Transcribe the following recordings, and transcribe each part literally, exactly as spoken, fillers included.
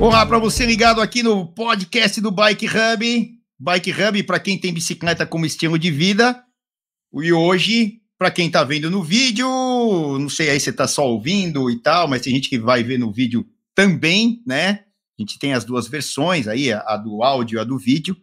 Olá para você ligado aqui no podcast do Bike Hub. Bike Hub para quem tem bicicleta como estilo de vida. E hoje, para quem está vendo no vídeo, não sei aí se você está só ouvindo e tal, mas tem gente que vai ver no vídeo também, né? A gente tem as duas versões aí, a do áudio e a do vídeo.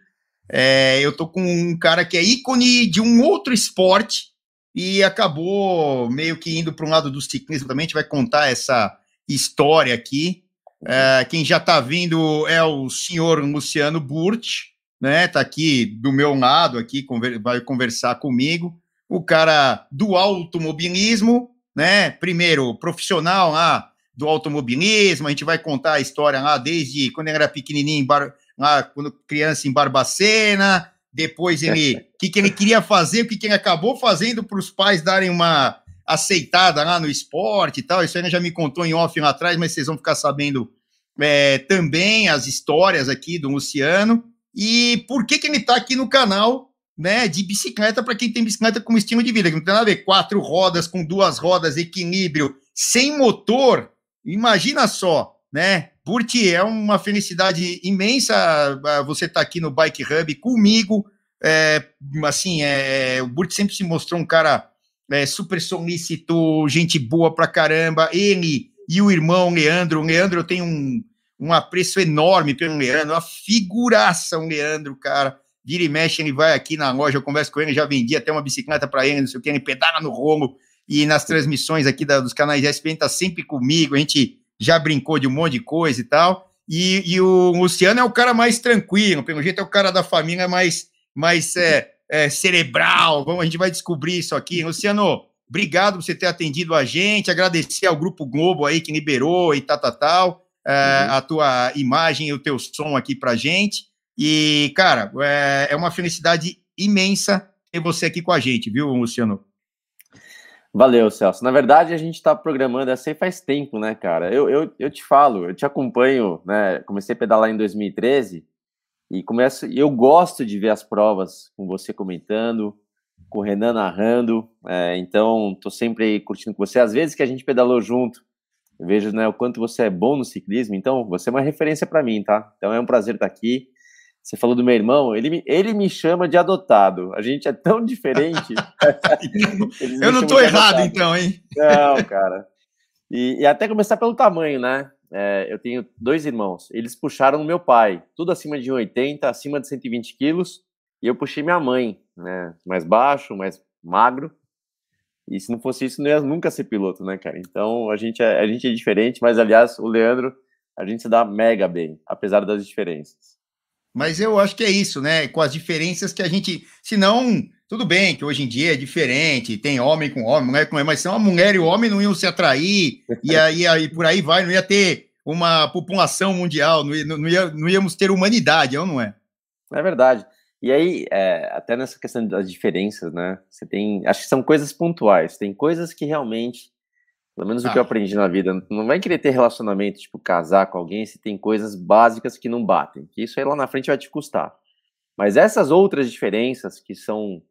É, eu tô com um cara que é ícone de um outro esporte e acabou meio que indo para um lado do ciclismo também. A gente vai contar essa história aqui. É, quem já está vindo é o senhor Luciano Burti, né? Tá aqui do meu lado, aqui conver- vai conversar comigo. O cara do automobilismo, né? Primeiro, profissional lá do automobilismo. A gente vai contar a história lá desde quando ele era pequenininho, em Bar- lá quando criança em Barbacena. Depois ele, o que, que ele queria fazer, o que, que ele acabou fazendo para os pais darem uma aceitada lá no esporte e tal. Isso ainda já me contou em off lá atrás, mas vocês vão ficar sabendo é, também as histórias aqui do Luciano e por que que ele está aqui no canal, né, de bicicleta para quem tem bicicleta como estilo de vida, que não tem nada a ver, quatro rodas com duas rodas, equilíbrio, sem motor, imagina só, né? Burti, é uma felicidade imensa você estar tá aqui no Bike Hub comigo, é, assim, é, o Burti sempre se mostrou um cara É, super solícito, gente boa pra caramba, ele e o irmão Leandro, o Leandro eu tenho um, um apreço enorme pelo Leandro, uma figuraça o Leandro, cara, vira e mexe, ele vai aqui na loja, eu converso com ele, já vendi até uma bicicleta pra ele, não sei o que, ele pedala no rolo, e nas transmissões aqui da, dos canais S P N tá sempre comigo, a gente já brincou de um monte de coisa e tal, e, e o Luciano é o cara mais tranquilo, pelo jeito é o cara da família mais, mais é, É, cerebral, vamos, a gente vai descobrir isso aqui. Luciano, obrigado por você ter atendido a gente, agradecer ao Grupo Globo aí que liberou e tal, tal, tal, é, uhum. a tua imagem e o teu som aqui pra gente, e, cara, é, é uma felicidade imensa ter você aqui com a gente, viu, Luciano? Valeu, Celso. Na verdade, a gente tá programando essa aí faz tempo, né, cara? Eu, eu, eu te falo, eu te acompanho, né, comecei a pedalar em dois mil e treze, e começo, eu gosto de ver as provas com você comentando, com o Renan narrando, é, então tô sempre aí curtindo com você. Às vezes que a gente pedalou junto, eu vejo, né, o quanto você é bom no ciclismo, então você é uma referência para mim, tá? Então é um prazer estar aqui. Você falou do meu irmão, ele, ele me chama de adotado. A gente é tão diferente. Eu não tô errado, então, hein? Não, cara. E, e até começar pelo tamanho, né? É, eu tenho dois irmãos, eles puxaram o meu pai, tudo acima de oitenta, acima de cento e vinte quilos, e eu puxei minha mãe, né, mais baixo, mais magro, e se não fosse isso, não ia nunca ser piloto, né, cara? Então, a gente é, a gente é diferente, mas, aliás, o Leandro, a gente se dá mega bem, apesar das diferenças. Mas eu acho que é isso, né, com as diferenças que a gente, se não, tudo bem que hoje em dia é diferente, tem homem com homem, mulher com mulher, mas se uma mulher e o homem não iam se atrair, e aí, aí por aí vai, não ia ter uma população mundial, não, ia, não, ia, não íamos ter humanidade, ou não é? É verdade. E aí, é, até nessa questão das diferenças, né, você tem, acho que são coisas pontuais, tem coisas que realmente, pelo menos ah. o que eu aprendi na vida, não vai querer ter relacionamento, tipo, casar com alguém se tem coisas básicas que não batem, que isso aí lá na frente vai te custar. Mas essas outras diferenças que são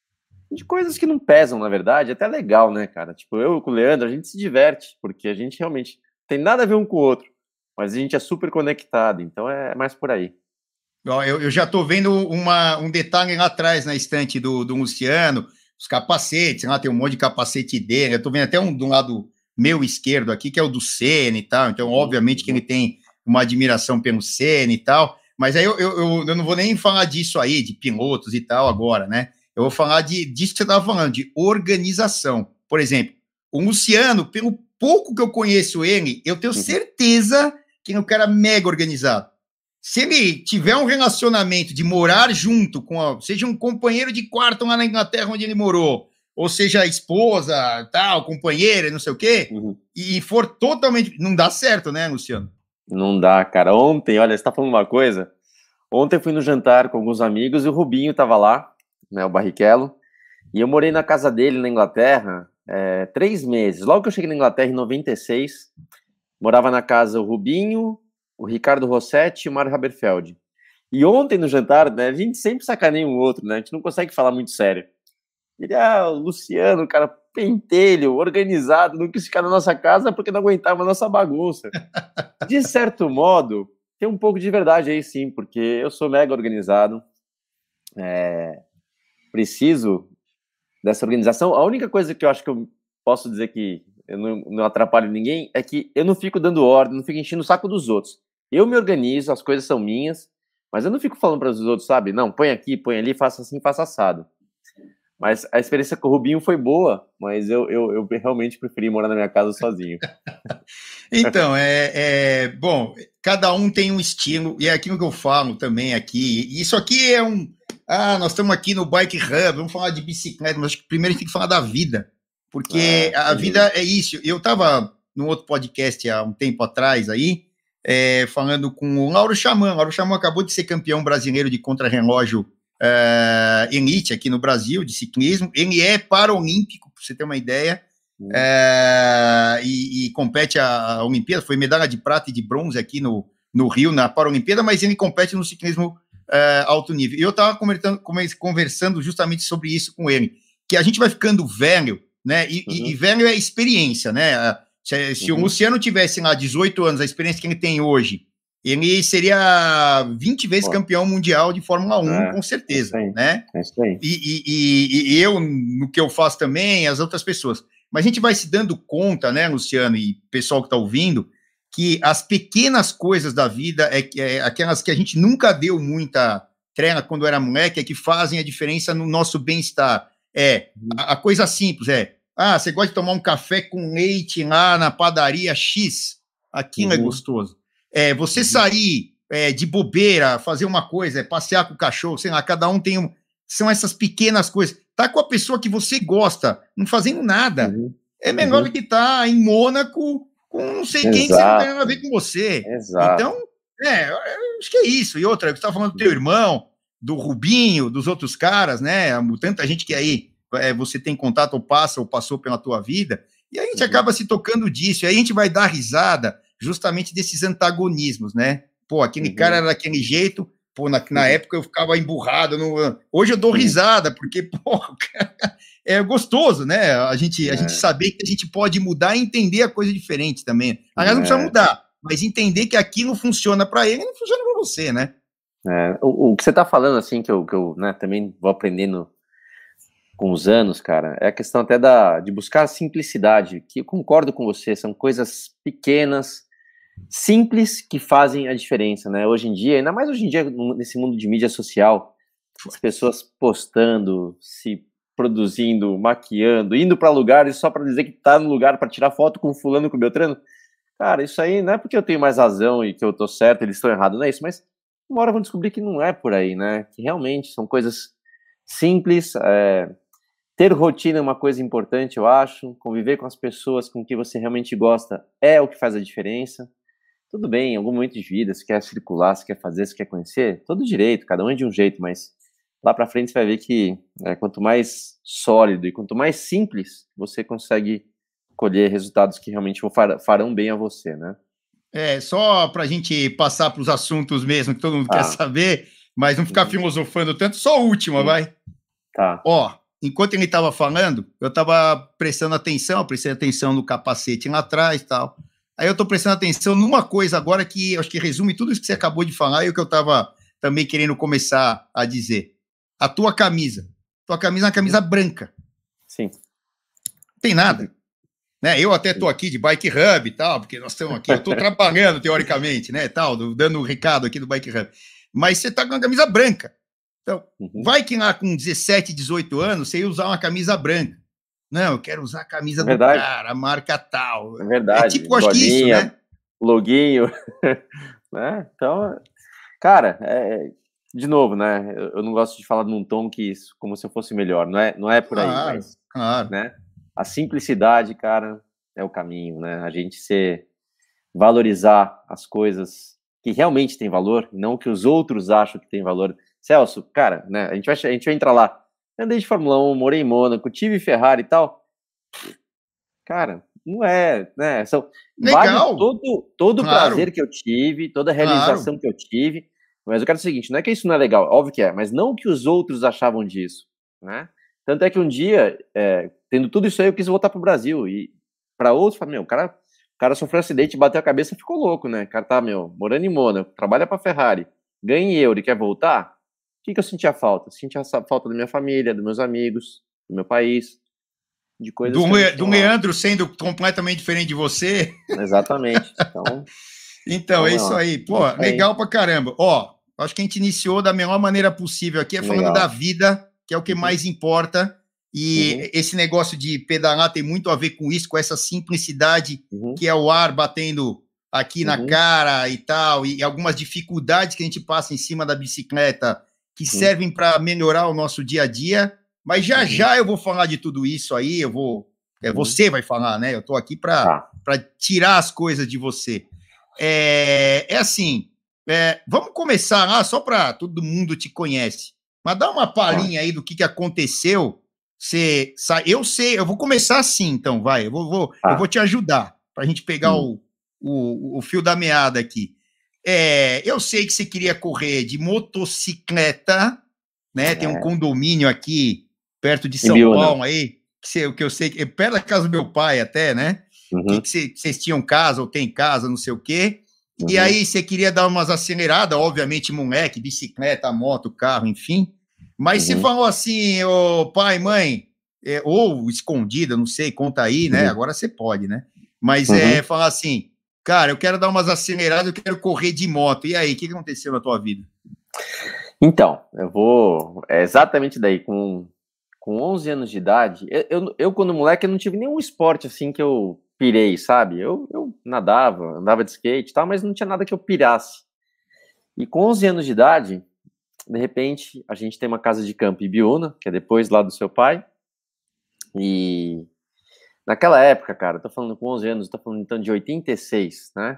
de coisas que não pesam, na verdade, é até legal, né, cara? Tipo, eu com o Leandro, a gente se diverte, porque a gente realmente tem nada a ver um com o outro, mas a gente é super conectado, então é mais por aí. Eu, eu já tô vendo uma, um detalhe lá atrás, na estante do, do Luciano, os capacetes, lá tem um monte de capacete dele, eu tô vendo até um do lado meu esquerdo aqui, que é o do Senna e tal, então, obviamente, que ele tem uma admiração pelo Senna e tal, mas aí eu, eu, eu, eu não vou nem falar disso aí, de pilotos e tal agora, né? Eu vou falar de, disso que você estava falando, de organização. Por exemplo, o Luciano, pelo pouco que eu conheço ele, eu tenho certeza que ele é um cara mega organizado. Se ele tiver um relacionamento de morar junto com, a, seja um companheiro de quarto lá na Inglaterra onde ele morou, ou seja a esposa, tal, companheira, não sei o quê, uhum. e for totalmente... Não dá certo, né, Luciano? Não dá, cara. Ontem, olha, você tá falando uma coisa... Ontem eu fui no jantar com alguns amigos e o Rubinho tava lá, né, o Barrichello, e eu morei na casa dele na Inglaterra é, três meses. Logo que eu cheguei na Inglaterra em noventa e seis, morava na casa o Rubinho, o Ricardo Rossetti e o Mário Haberfeld. E ontem no jantar, né, a gente sempre sacaneia um outro, né, a gente não consegue falar muito sério. Ele, ah, o Luciano, cara, pentelho, organizado, não quis ficar na nossa casa porque não aguentava a nossa bagunça. De certo modo... tem um pouco de verdade aí, sim, porque eu sou mega organizado, é, preciso dessa organização. A única coisa que eu acho que eu posso dizer que eu não, não atrapalho ninguém é que eu não fico dando ordem, não fico enchendo o saco dos outros. Eu me organizo, as coisas são minhas, mas eu não fico falando para os outros, sabe? Não, põe aqui, põe ali, faça assim, faça assado. Mas a experiência com o Rubinho foi boa, mas eu, eu, eu realmente preferi morar na minha casa sozinho. Então, é, é bom, cada um tem um estilo, e é aquilo que eu falo também aqui. Isso aqui é um. Ah, nós estamos aqui no Bike Hub, vamos falar de bicicleta, mas acho que primeiro a gente tem que falar da vida, porque ah, a vida é isso. Eu estava num outro podcast há um tempo atrás aí, é, falando com o Lauro Xamã. O Lauro Xamã acabou de ser campeão brasileiro de contrarrelógio Uh, elite aqui no Brasil, de ciclismo. Ele é paralímpico, para você ter uma ideia, uhum. uh, e, e compete a, a Olimpíada, foi medalha de prata e de bronze aqui no, no Rio, na Paralimpíada, mas ele compete no ciclismo uh, alto nível. E eu estava conversando justamente sobre isso com ele, que a gente vai ficando velho, né, e, uhum. e, e velho é experiência, né, se, se uhum. o Luciano tivesse lá dezoito anos, a experiência que ele tem hoje, ele seria vinte vezes Pô. campeão mundial de Fórmula um, é, com certeza, é né? É isso aí. E, e, e, e eu, no que eu faço também, as outras pessoas. Mas a gente vai se dando conta, né, Luciano, e pessoal que está ouvindo, que as pequenas coisas da vida, é, é aquelas que a gente nunca deu muita trela quando era moleque, é que fazem a diferença no nosso bem-estar. É, a, a coisa simples é, ah, você gosta de tomar um café com leite lá na padaria X, aquilo uhum. é gostoso. É, você uhum. sair é, de bobeira, fazer uma coisa, é, passear com o cachorro, sei lá, cada um tem um... São essas pequenas coisas. Tá com a pessoa que você gosta, não fazendo nada. Uhum. É melhor uhum. do que estar tá em Mônaco com não sei Exato. quem que você não tem nada a ver com você. Exato. Então, é, acho que é isso. E outra, você estava falando do teu irmão, do Rubinho, dos outros caras, né? Tanta gente que aí é, você tem contato ou passa ou passou pela tua vida, e a gente uhum. acaba se tocando disso, e aí a gente vai dar risada justamente desses antagonismos, né? Pô, aquele uhum. cara era daquele jeito, pô, na, na uhum. época eu ficava emburrado, no... hoje eu dou risada, porque, pô, cara, é gostoso, né? A gente, é. a gente saber que a gente pode mudar e entender a coisa diferente também. Aliás, não é. precisa mudar, mas entender que aquilo funciona para ele e não funciona para você, né? É, o, o que você tá falando, assim, que eu, que eu né, também vou aprendendo com os anos, cara, é a questão até da, de buscar a simplicidade, que eu concordo com você, são coisas pequenas, simples, que fazem a diferença, né? Hoje em dia, ainda mais hoje em dia, nesse mundo de mídia social, as pessoas postando, se produzindo, maquiando, indo para lugares só para dizer que tá no lugar para tirar foto com fulano, com Beltrano. Cara, isso aí não é porque eu tenho mais razão e que eu tô certo, eles estão errados, não é isso, mas uma hora vão descobrir que não é por aí, né? Que realmente são coisas simples. É... Ter rotina é uma coisa importante, eu acho. Conviver com as pessoas com que você realmente gosta é o que faz a diferença. Tudo bem, em algum momento de vida, se quer circular, se quer fazer, se quer conhecer, todo direito, cada um é de um jeito, mas lá pra frente você vai ver que é, quanto mais sólido e quanto mais simples, você consegue colher resultados que realmente farão bem a você, né? É, só pra gente passar pros assuntos mesmo, que todo mundo ah. quer saber, mas não ficar uhum. filosofando tanto, só a última, uhum. vai. Tá. Ó, enquanto ele estava falando, eu estava prestando atenção, eu prestei atenção no capacete lá atrás e tal. Aí eu estou prestando atenção numa coisa agora que eu acho que resume tudo isso que você acabou de falar e o que eu estava também querendo começar a dizer. A tua camisa. Tua camisa é uma camisa branca. Sim. Não tem nada. Né? Eu até estou aqui de Bike Hub e tal, porque nós estamos aqui, eu estou trabalhando teoricamente, né, tal, dando um recado aqui do Bike Hub. Mas você está com uma camisa branca. Então, uhum. vai que lá com dezessete, dezoito anos, você ia usar uma camisa branca. Não, eu quero usar a camisa é do cara, a marca tal. É verdade. É tipo, acho que isso, né? Loguinho. né? Então, cara, é, de novo, né? Eu, eu não gosto de falar num tom que isso, como se eu fosse melhor. Não é, não é por aí, claro, mas, claro. né? A simplicidade, cara, é o caminho, né? A gente ser, valorizar as coisas que realmente têm valor, não que os outros acham que tem valor. Celso, cara, né, a gente vai, a gente vai entrar lá. Andei de Fórmula um, morei em Mônaco, tive Ferrari e tal. Cara, não é, né? São Legal. Vale todo, todo o claro. prazer que eu tive, toda a realização claro. que eu tive. Mas eu quero o seguinte, não é que isso não é legal, óbvio que é, mas não o que os outros achavam disso, né? Tanto é que um dia, é, tendo tudo isso aí, eu quis voltar pro Brasil. E para outros, falei, meu, o cara, o cara sofreu um acidente, bateu a cabeça e ficou louco, né? O cara tá, meu, morando em Mônaco, trabalha pra Ferrari, ganha em euro e quer voltar. O que que eu sentia falta? Eu sentia falta da minha família, dos meus amigos, do meu país, de coisas Do, que eu não do tinha lá. Leandro sendo completamente diferente de você. Exatamente. Então, Então, é vamos isso lá. aí. É Pô, isso aí. legal pra caramba. Ó, acho que a gente iniciou da melhor maneira possível aqui, é falando da Legal. vida, que é o que Uhum. mais importa. E Uhum. esse negócio de pedalar tem muito a ver com isso, com essa simplicidade Uhum. que é o ar batendo aqui na Uhum. cara e tal, e algumas dificuldades que a gente passa em cima da bicicleta que Uhum. servem para melhorar o nosso dia a dia. Mas já Uhum. já eu vou falar de tudo isso aí, eu vou. É, Uhum. você vai falar, né? Eu estou aqui para Tá. para tirar as coisas de você. É, é assim, é, vamos começar lá, só para todo mundo te conhece. Mas dá uma Tá. palhinha aí do que, que aconteceu. Você, sa- eu sei, eu vou começar assim, então, vai. Eu vou, vou- eu vou Tá. te ajudar para a gente pegar Hum. o, o, o fio da meada aqui. É, eu sei que você queria correr de motocicleta, né? Tem um É. condomínio aqui perto de Em São Biúna. Paulo aí, que, você, que eu sei que é perto da casa do meu pai até, né? Que, Uhum. que cê- vocês tinham casa ou tem casa, não sei o quê. E Uhum. aí você queria dar umas aceleradas, obviamente, moleque, bicicleta, moto, carro, enfim. Mas você Uhum. falou assim, ô pai, mãe, é, ou escondida, não sei, conta aí, né? Uhum. Agora você pode, né? Mas Uhum. é falar assim, cara, eu quero dar umas aceleradas, eu quero correr de moto. E aí, o que que aconteceu na tua vida? Então, eu vou. É exatamente daí. Com, com onze anos de idade, eu, eu, eu, quando moleque, eu não tive nenhum esporte assim que eu pirei, sabe? Eu, eu nadava, andava de skate e tal, mas não tinha nada que eu pirasse. E com onze anos de idade, de repente, a gente tem uma casa de campo em Biúna, que é depois lá do seu pai. E naquela época, cara, eu tô falando com onze anos, eu tô falando então de oitenta e seis, né?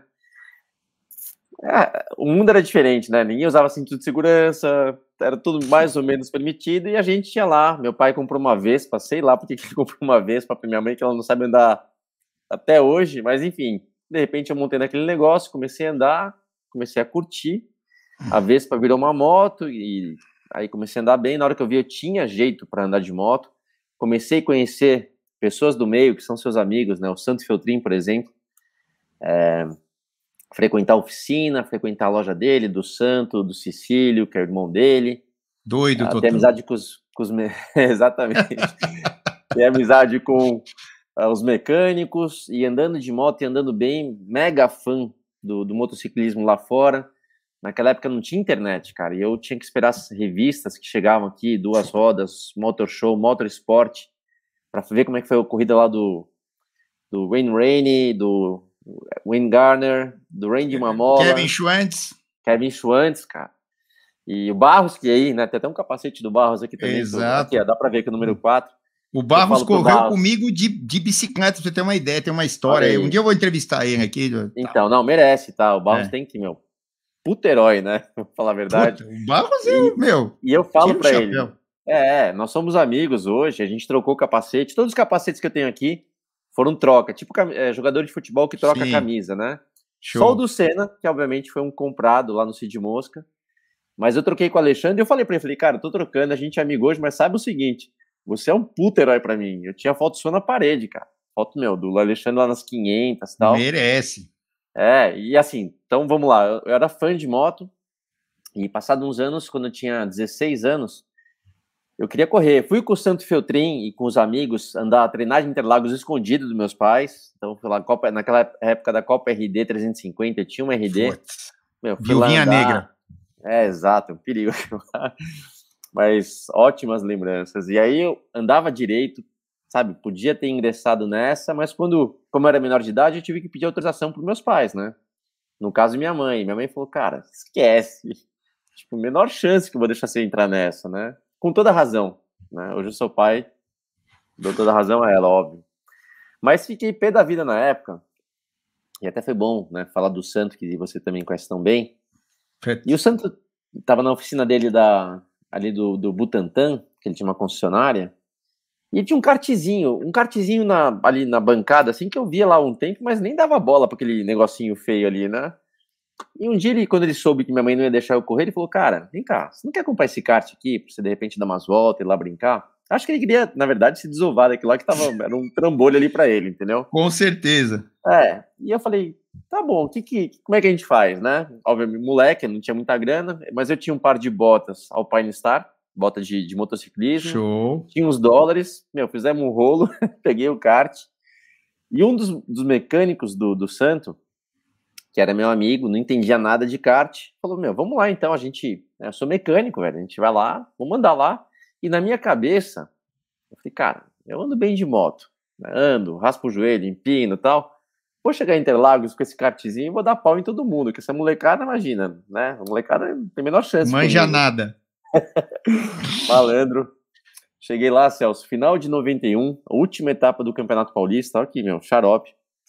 É, o mundo era diferente, né? Ninguém usava cinto de segurança, era tudo mais ou menos permitido, e a gente ia lá. Meu pai comprou uma Vespa, sei lá porque que ele comprou uma Vespa pra minha mãe, que ela não sabe andar até hoje, mas enfim, de repente eu montei naquele negócio, comecei a andar, comecei a curtir. A Vespa virou uma moto, e aí comecei a andar bem. Na hora que eu vi, eu tinha jeito para andar de moto. Comecei a conhecer pessoas do meio, que são seus amigos, né? O Santo Feltrin, por exemplo. É, frequentar a oficina, frequentar a loja dele, do Santo, do Cecílio, que é o irmão dele, Doido, uh, ter Totão. amizade com os, com os me... exatamente, ter amizade com uh, os mecânicos, e andando de moto e andando bem, mega fã do, do motociclismo lá fora. Naquela época não tinha internet, cara, e eu tinha que esperar as revistas que chegavam aqui, Duas Rodas, Motor Show, Motorsport, para ver como é que foi a corrida lá do, do Wayne Rainey, do Wayne Garner, do Randy Kevin Mamola, Schwantz. Kevin Schwantz, cara. E o Barros, que aí, né, tem até um capacete do Barros aqui também, que eu, aqui, Exato. ó, dá pra ver que é o número quatro. O Eu Barros falo pro correu Barros, comigo de, de bicicleta, pra você ter uma ideia, tem uma olha história aí. Um aí. dia eu vou entrevistar ele aqui. Então, não, merece, tá? O Barros É. tem que, meu, puta herói, né? Pra falar a verdade. Puta, o Barros é, E, meu, e eu falo tira o pra ele, chapéu. é, é, nós somos amigos hoje, a gente trocou capacete, todos os capacetes que eu tenho aqui foram troca, tipo é, jogador de futebol que troca a Sim, camisa, né? Só o show. do Senna, que obviamente foi um comprado lá no Cid Mosca, mas eu troquei com o Alexandre e eu falei pra ele, falei, cara, eu tô trocando, a gente é amigo hoje, mas sabe o seguinte, você é um puta herói pra mim. Eu tinha foto sua na parede, cara. Foto, meu, do Alexandre lá nas quinhentas e tal. Merece. É, e assim, então vamos lá, eu, eu era fã de moto, e passados uns anos, quando eu tinha dezesseis anos, eu queria correr. Fui com o Santo Feltrin e com os amigos andar, treinar de Interlagos escondido dos meus pais. Então, fui lá, Copa, naquela época da Copa R D trezentos e cinquenta, eu tinha um R D. Putz. Meu, fui lá Viuvinha andar. negra. É, exato, um perigo. Mas ótimas lembranças. E aí eu andava direito, sabe? Podia ter ingressado nessa, mas quando, como eu era menor de idade, eu tive que pedir autorização para meus pais, né? No caso, minha mãe. Minha mãe falou, cara, esquece. Tipo, menor chance que eu vou deixar você entrar nessa, né? Com toda razão, né? Hoje eu sou pai, dou toda razão a ela, óbvio. Mas fiquei pé da vida na época, e até foi bom, né, falar do Santo, que você também conhece tão bem. E o Santo estava na oficina dele da, ali do, do Butantã, que ele tinha uma concessionária, e tinha um kartzinho, um kartzinho na, ali na bancada, assim, que eu via lá um tempo, mas nem dava bola para aquele negocinho feio ali, né? E um dia, ele, quando ele soube que minha mãe não ia deixar eu correr, ele falou, cara, vem cá, você não quer comprar esse kart aqui, pra você de repente dar umas voltas e ir lá brincar? Acho que ele queria, na verdade, se desovar daquilo lá que tava, era um trambolho ali pra ele, entendeu? Com certeza. É, e eu falei, tá bom, que, que, como é que a gente faz, né? Obviamente, moleque, não tinha muita grana, mas eu tinha um par de botas Alpine Star, bota de, de motociclismo. Show. Tinha uns dólares, meu, fizemos um rolo, peguei o kart, e um dos, dos mecânicos do, do Santo, que era meu amigo, não entendia nada de kart, falou, meu, vamos lá então, a gente, eu sou mecânico, velho, a gente vai lá, vamos andar lá, e na minha cabeça, eu falei, cara, eu ando bem de moto, né? Ando, raspo o joelho, empino e tal, vou chegar em Interlagos com esse kartzinho e vou dar pau em todo mundo, que essa molecada, imagina, né, a molecada não tem a menor chance Manja comigo. nada. Malandro. Cheguei lá, Celso, final de noventa e um, a última etapa do Campeonato Paulista, olha aqui, meu, xarope.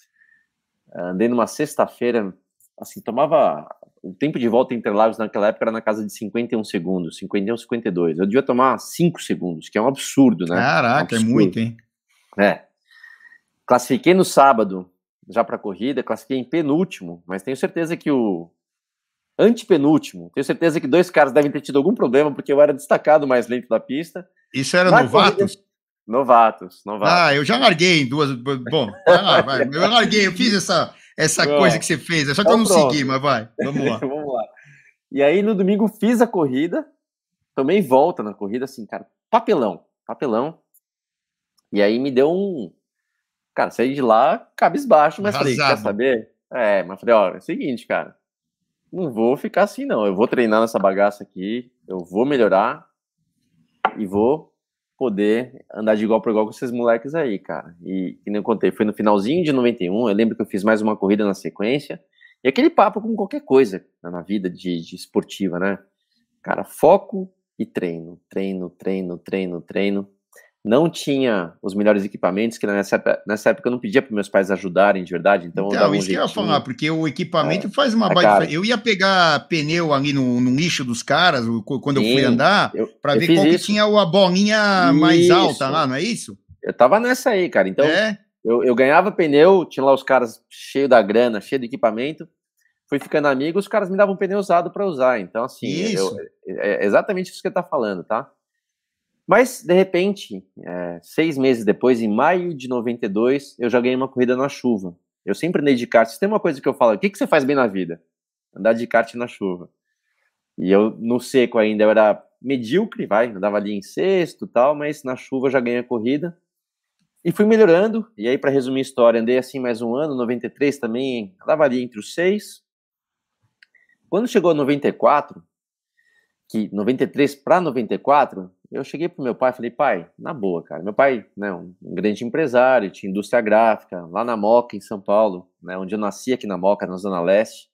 Andei numa sexta-feira, assim, tomava... O tempo de volta em Interlagos naquela época era na casa de cinquenta e um segundos, cinquenta e um, cinquenta e dois. Eu devia tomar cinco segundos, que é um absurdo, né? Caraca, um absurdo. É muito, hein? É. Classifiquei no sábado, já para corrida, classifiquei em penúltimo, mas tenho certeza que o antepenúltimo, tenho certeza que dois caras devem ter tido algum problema, porque eu era destacado mais lento da pista. Isso era Na novatos? corrida... Novatos, novatos. Ah, eu já larguei em duas. Bom, vai lá, vai. Eu larguei, eu fiz essa, essa Não, coisa que você fez, é só que então eu não pronto. segui, mas vai, vamos lá. Vamos lá. E aí, no domingo, fiz a corrida, tomei volta na corrida, assim, cara, papelão, papelão. E aí me deu um... Cara, saí de lá cabisbaixo, mas Arrasado. falei, quer saber? É, mas falei, ó, é o seguinte, cara, não vou ficar assim, não. Eu vou treinar nessa bagaça aqui, eu vou melhorar e vou poder andar de igual para igual com esses moleques aí, cara. E, que nem eu contei, foi no finalzinho de noventa e um, eu lembro que eu fiz mais uma corrida na sequência, e aquele papo com qualquer coisa na vida de, de esportiva, né? Cara, foco e treino, treino, treino, treino, treino. Não tinha os melhores equipamentos, que nessa época, nessa época eu não pedia para meus pais ajudarem de verdade, então, Então, eu dava um isso que eu ia jeitinho. falar, porque o equipamento É, faz uma é baita caro. diferença. Eu ia pegar pneu ali no, no lixo dos caras, o- quando eu fui Sim, andar, eu, para eu ver fiz qual que isso. tinha a bolinha mais alta Isso. lá, não é isso? Eu tava nessa aí, cara. Então, É, eu, eu ganhava pneu, tinha lá os caras cheio da grana, cheio de equipamento. Fui ficando amigo, os caras me davam pneu usado para usar. Então, assim, eu, isso. é é exatamente isso que você tá falando, tá? Mas, de repente, é, seis meses depois, em maio de noventa e dois, eu já ganhei uma corrida na chuva. Eu sempre andei de kart. Se tem uma coisa que eu falo, o que, que você faz bem na vida? Andar de kart na chuva. E eu, no seco ainda, eu era medíocre, vai, andava ali em sexto e tal, mas na chuva eu já ganhei a corrida. E fui melhorando, e aí, para resumir a história, andei assim mais um ano, noventa e três também, andava ali entre os seis. Quando chegou noventa e quatro, que noventa e três para noventa e quatro, eu cheguei pro meu pai e falei, pai, na boa, cara, meu pai, né, um, um grande empresário, tinha indústria gráfica, lá na Moca, em São Paulo, né, onde eu nasci aqui na Moca, na Zona Leste,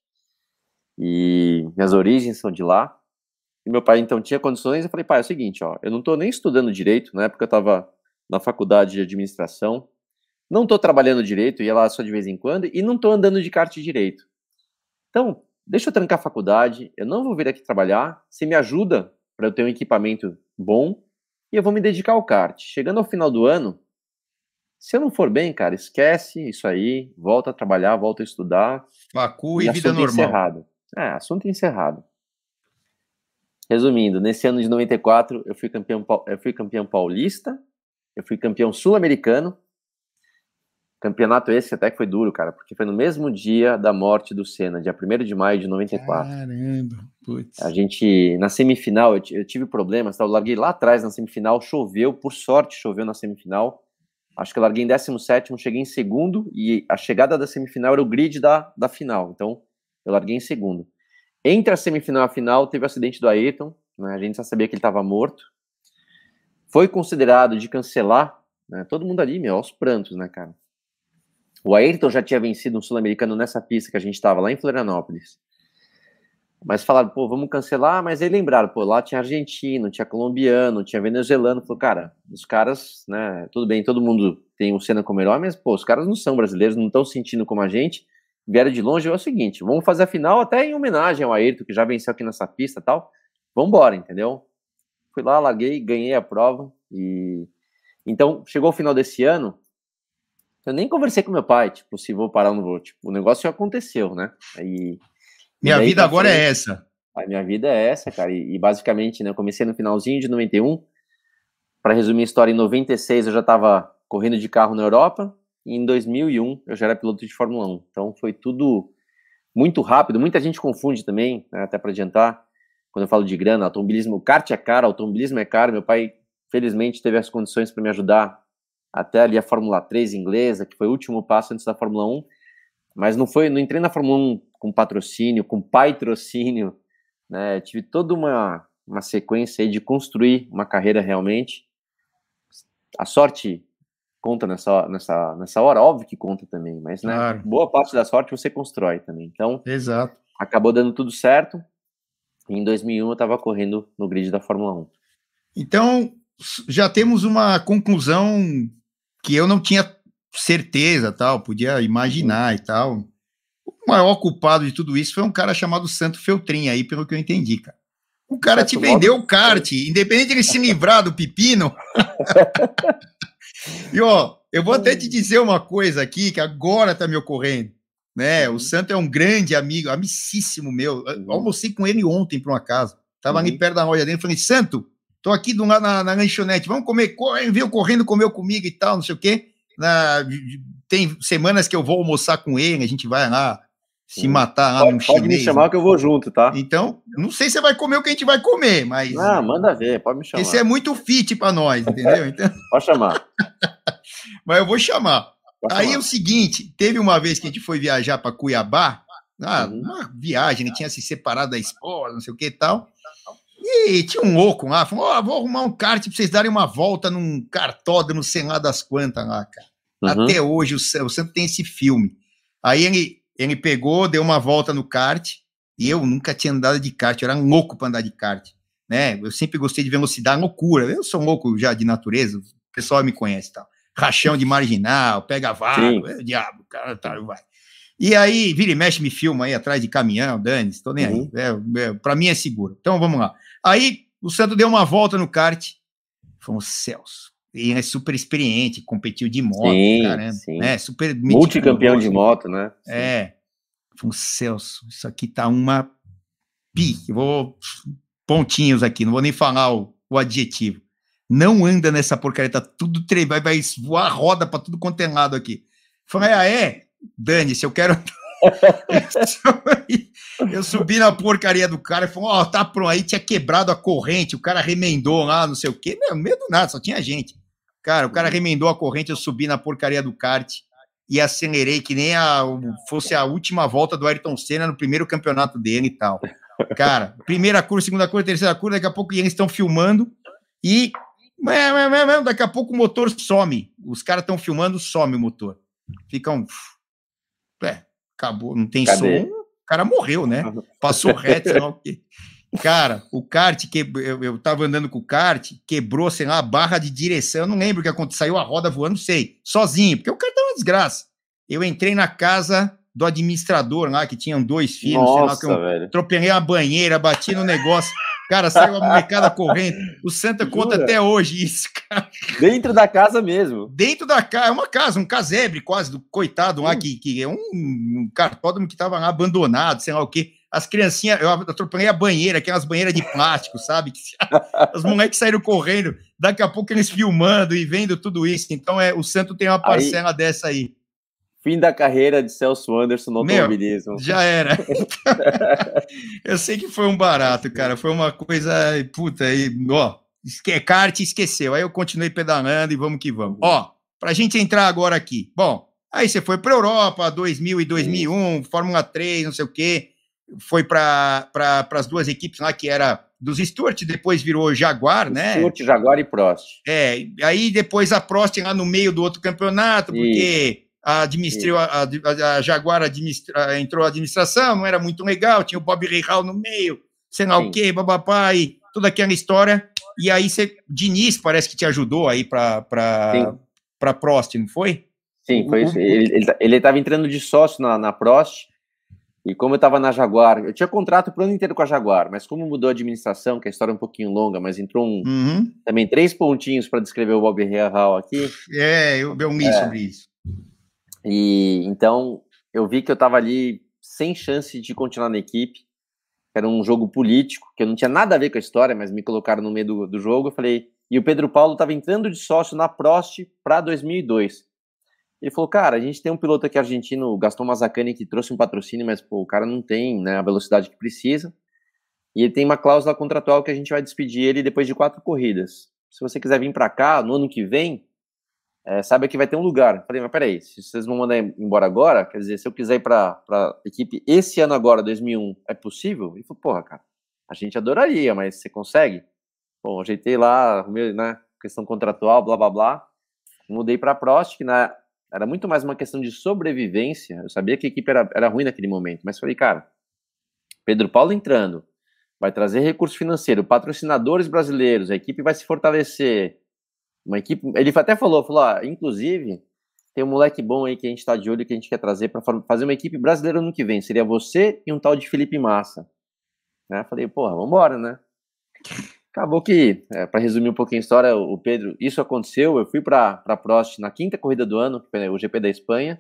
e minhas origens são de lá, e meu pai, então, tinha condições, eu falei, pai, é o seguinte, ó, eu não tô nem estudando direito, na época eu tava na faculdade de administração, não tô trabalhando direito, ia lá só de vez em quando, e não tô andando de kart direito. Então, deixa eu trancar a faculdade, eu não vou vir aqui trabalhar, você me ajuda para eu ter um equipamento bom e eu vou me dedicar ao kart. Chegando ao final do ano, se eu não for bem, cara, esquece isso aí, volta a trabalhar, volta a estudar. Facu e e vida assunto normal. encerrado. É, assunto encerrado. Resumindo, nesse ano de noventa e quatro, eu fui campeão, eu fui campeão paulista, eu fui campeão sul-americano. Campeonato esse até que foi duro, cara, porque foi no mesmo dia da morte do Senna, dia primeiro de maio de noventa e quatro. Caramba, putz. A gente, na semifinal, eu, eu tive problemas, tá? Eu larguei lá atrás na semifinal, choveu, por sorte choveu na semifinal. Acho que eu larguei em décimo sétimo, cheguei em segundo, e a chegada da semifinal era o grid da, da final, então eu larguei em segundo. Entre a semifinal e a final, teve o acidente do Ayrton, né? A gente já sabia que ele estava morto. Foi considerado de cancelar, né? Todo mundo ali, meu, aos prantos, né, cara? O Ayrton já tinha vencido um sul-americano nessa pista que a gente estava lá em Florianópolis. Mas falaram, pô, vamos cancelar, mas aí lembraram, pô, lá tinha argentino, tinha colombiano, tinha venezuelano. Falou, cara, os caras, né, tudo bem, todo mundo tem um Senna como herói, mas, pô, os caras não são brasileiros, não estão sentindo como a gente, vieram de longe. É o seguinte, vamos fazer a final até em homenagem ao Ayrton, que já venceu aqui nessa pista e tal. Vambora, entendeu? Fui lá, larguei, ganhei a prova e... Então, chegou o final desse ano, eu nem conversei com meu pai, tipo, se vou parar ou não vou. Tipo, o negócio já aconteceu, né? E, Minha e vida agora frente, é essa. A minha vida é essa, cara. E, e basicamente, né, eu comecei no finalzinho de noventa e um. para resumir a história, em noventa e seis eu já estava correndo de carro na Europa, e em dois mil e um eu já era piloto de Fórmula um. Então foi tudo muito rápido. Muita gente confunde também, né, até para adiantar, quando eu falo de grana, automobilismo, o kart é caro, automobilismo é caro. Meu pai, felizmente, teve as condições para me ajudar até ali a Fórmula três inglesa, que foi o último passo antes da Fórmula um, mas não foi, não entrei na Fórmula um com patrocínio, com patrocínio, né? Eu tive toda uma, uma sequência aí de construir uma carreira realmente. A sorte conta nessa, nessa, nessa hora, óbvio que conta também, mas, né, Claro. boa parte da sorte você constrói também. Então, Exato. Acabou dando tudo certo, e em dois mil e um eu estava correndo no grid da Fórmula um. Então, já temos uma conclusão que eu não tinha certeza, tal, podia imaginar uhum. e tal. O maior culpado de tudo isso foi um cara chamado Santo Feltrin, aí, pelo que eu entendi, cara. O cara te vendeu o kart, independente de ele se livrar do pepino. E, ó, eu vou até te dizer uma coisa aqui, que agora tá me ocorrendo, né? Uhum. O Santo é um grande amigo, amicíssimo meu. Uhum. Almocei com ele ontem, por um acaso. Tava uhum. ali perto da loja dele, falei, Santo, tô aqui do lado na, na lanchonete, vamos comer, veio correndo, comeu comigo e tal, não sei o quê. Na, tem semanas que eu vou almoçar com ele, a gente vai lá se uhum. matar lá pode, num chinês. Pode me chamar, né? Que eu vou junto, tá? Então, não sei se você vai comer o que a gente vai comer, mas... Ah, manda ver, pode me chamar. Esse é muito fit pra nós, entendeu? Então... Pode chamar. Mas eu vou chamar. Pode Aí chamar. é o seguinte, teve uma vez que a gente foi viajar para Cuiabá, ah, uhum. uma viagem, ele tinha se separado da esposa, não sei o que e tal, e tinha um louco lá, falou, ó, oh, vou arrumar um kart pra vocês darem uma volta num cartódromo, sei lá das quantas lá, cara. Uhum. Até hoje o, o Santo tem esse filme. Aí ele, ele pegou, deu uma volta no kart, e eu nunca tinha andado de kart, eu era louco para andar de kart, né? Eu sempre gostei de velocidade, loucura, eu sou louco já de natureza, o pessoal me conhece e tal. Rachão de marginal, pega vago, é, diabo, cara, tá, vai. E aí, vira e mexe, me filma aí atrás de caminhão, dane-se, tô nem uhum. aí. É, é, pra mim é seguro. Então, vamos lá. Aí, o Santo deu uma volta no kart, falou, Celso, ele é super experiente, competiu de moto, sim, caramba, sim. né, super... Multicampeão de moto, né? Sim. É. Falou, Celso, isso aqui tá uma pi, eu vou pontinhos aqui, não vou nem falar o, o adjetivo. Não anda nessa porcaria, tá tudo tre... vai, vai voar roda pra tudo quanto é lado aqui. Falei, ah, é? Dane-se, eu quero... eu subi na porcaria do cara e falei, ó, oh, tá pronto, aí tinha quebrado a corrente, o cara remendou lá, não sei o quê, não, medo nada, só tinha gente. Cara, o cara remendou a corrente, eu subi na porcaria do kart e acelerei que nem a, fosse a última volta do Ayrton Senna no primeiro campeonato dele e tal. Cara, primeira curva, segunda curva, terceira curva, daqui a pouco eles estão filmando e... daqui a pouco o motor some. Os caras estão filmando, some o motor. Fica um... É, acabou, não tem Cadê? som. O cara morreu, né? Passou reto, sei lá o quê. Cara, o kart, que eu, eu tava andando com o kart, quebrou, sei lá, a barra de direção. Eu não lembro o que aconteceu. Saiu a roda voando, não sei. Sozinho, porque o cara tá uma desgraça. Eu entrei na casa do administrador lá, que tinham dois filhos. Nossa, sei lá, que eu velho. Atropelei a banheira, bati no negócio. Cara, saiu a molecada correndo. O Santa conta Jura? até hoje isso, cara. Dentro da casa mesmo. Dentro da casa, é uma casa, um casebre quase, do coitado lá, hum. que, que é um, um cartódromo que tava lá abandonado, sei lá o quê. As criancinhas, eu atropelei a banheira, aquelas banheiras de plástico, sabe? Os moleques saíram correndo, daqui a pouco eles filmando e vendo tudo isso. Então, é, o Santo tem uma parcela aí, dessa aí. Fim da carreira de Celso Anderson no automobilismo. Meu, já era. Eu sei que foi um barato, cara. Foi uma coisa, puta, aí, ó, esque, kart esqueceu. Aí eu continuei pedalando e vamos que vamos. Ó, pra gente entrar agora aqui. Bom, aí você foi pra Europa, dois mil e dois mil e um, Fórmula três, não sei o quê. Foi para pra, as duas equipes lá, que era dos Stewart, depois virou Jaguar, né? Stewart, Jaguar e Prost. É, aí depois a Prost lá no meio do outro campeonato, porque... Isso. A, administrou, a, a, a Jaguar administra, entrou a administração, não era muito legal, tinha o Bob Rahal no meio, sei lá Sim. o quê, babapá, e toda aquela história. E aí, você, Diniz parece que te ajudou aí para para Prost, não foi? Sim, foi isso. Ele estava entrando de sócio na, na Prost, e como eu estava na Jaguar, eu tinha contrato para o ano inteiro com a Jaguar, mas como mudou a administração, que a história é um pouquinho longa, mas entrou um, uhum. também três pontinhos para descrever o Bob Rahal aqui. É, eu, eu li é. sobre isso. E então eu vi que eu estava ali sem chance de continuar na equipe. Era um jogo político, que eu não tinha nada a ver com a história, mas me colocaram no meio do, do jogo. Eu falei, e o Pedro Paulo estava entrando de sócio na Prost para dois mil e dois. Ele falou, cara, a gente tem um piloto aqui argentino, o Gastão Mazzacani, que trouxe um patrocínio, mas pô, o cara não tem, né, a velocidade que precisa. E ele tem uma cláusula contratual que a gente vai despedir ele depois de quatro corridas. Se você quiser vir para cá, no ano que vem, é, saiba que vai ter um lugar. Eu falei, mas peraí, se vocês vão mandar embora agora, quer dizer, se eu quiser ir para a equipe esse ano agora, dois mil e um, é possível? Ele falou, porra, cara, a gente adoraria, mas você consegue? Bom, ajeitei lá, arrumei, né, questão contratual, blá, blá, blá. Mudei para a Prost, que na, era muito mais uma questão de sobrevivência. Eu sabia que a equipe era, era ruim naquele momento, mas falei, cara, Pedro Paulo entrando, vai trazer recurso financeiro, patrocinadores brasileiros, a equipe vai se fortalecer. Uma equipe, ele até falou, falou, ah, inclusive, tem um moleque bom aí que a gente tá de olho, que a gente quer trazer para fazer uma equipe brasileira no ano que vem. Seria você e um tal de Felipe Massa. Né? Falei, porra, vambora, né? Acabou que, é, para resumir um pouquinho a história, o Pedro, isso aconteceu, eu fui para a Prost na quinta corrida do ano, o G P da Espanha,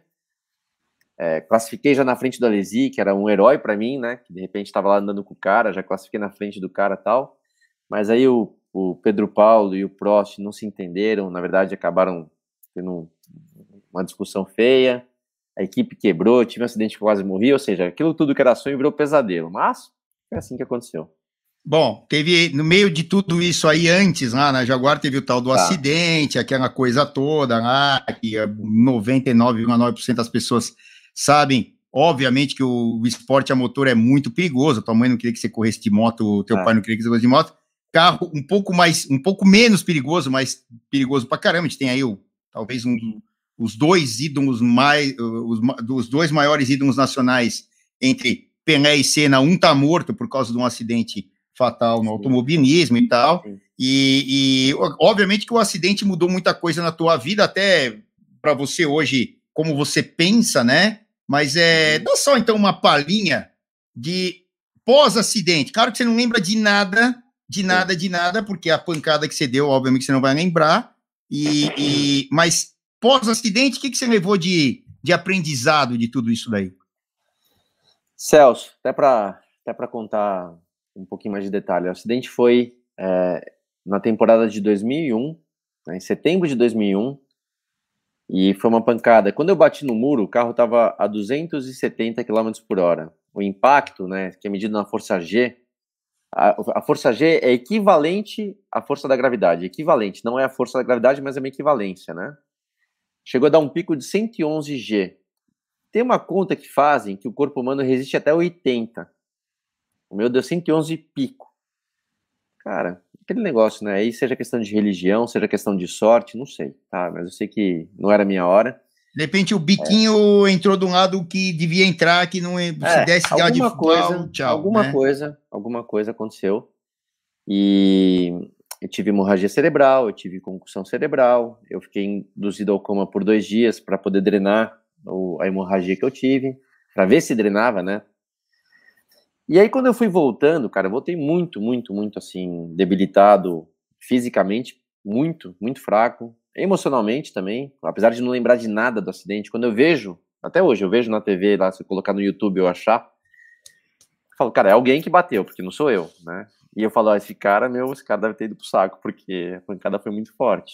é, classifiquei já na frente do Alesi, que era um herói para mim, né, que de repente estava lá andando com o cara, já classifiquei na frente do cara e tal, mas aí o, o Pedro Paulo e o Prost não se entenderam, na verdade acabaram tendo uma discussão feia, a equipe quebrou, tive um acidente que quase morri, ou seja, aquilo tudo que era sonho virou pesadelo, mas é assim que aconteceu. Bom, teve, no meio de tudo isso aí, antes, lá na Jaguar, teve o tal do tá. acidente, aquela coisa toda lá, que noventa e nove vírgula nove por cento das pessoas sabem, obviamente, que o, o esporte a motor é muito perigoso, tua mãe não queria que você corresse de moto, teu é. pai não queria que você corresse de moto, carro um pouco mais, um pouco menos perigoso, mas perigoso pra caramba, a gente tem aí o, talvez um, os dois ídolos mais, os, os dois maiores ídolos nacionais, entre Pelé e Senna, um tá morto por causa de um acidente fatal no Sim. automobilismo e tal, e, e obviamente que o acidente mudou muita coisa na tua vida, até para você hoje, como você pensa, né, mas é, dá só então uma palhinha de pós-acidente, claro que você não lembra de nada, de nada, Sim. de nada, porque a pancada que você deu, obviamente você não vai lembrar, e, e, mas pós-acidente, o que, que você levou de, de aprendizado de tudo isso daí? Celso, até para até para contar um pouquinho mais de detalhe. O acidente foi é, na temporada de dois mil e um, né, em setembro de dois mil e um, e foi uma pancada. Quando eu bati no muro, o carro estava a duzentos e setenta quilômetros por hora. O impacto, né, que é medido na força G, a, a força G é equivalente à força da gravidade. Equivalente, não é a força da gravidade, mas é uma equivalência, né? Chegou a dar um pico de cento e onze G. Tem uma conta que fazem que o corpo humano resiste até oitenta. O meu deu cento e onze pico. Cara, aquele negócio, né? Aí seja questão de religião, seja questão de sorte, não sei, tá? Mas eu sei que não era a minha hora. De repente o biquinho é. entrou de um lado que devia entrar, que não se é, desse alguma de coisa, futebol, tchau. Alguma né? coisa, alguma coisa aconteceu. E eu tive hemorragia cerebral, eu tive concussão cerebral, eu fiquei induzido ao coma por dois dias para poder drenar a hemorragia que eu tive, para ver se drenava, né? E aí, quando eu fui voltando, cara, eu voltei muito, muito, muito, assim, debilitado fisicamente, muito, muito fraco, emocionalmente também, apesar de não lembrar de nada do acidente. Quando eu vejo, até hoje, eu vejo na T V, lá, se eu colocar no YouTube eu achar, eu falo, cara, é alguém que bateu, porque não sou eu, né? E eu falo, ó, esse cara, meu, esse cara deve ter ido pro saco, porque a pancada foi muito forte.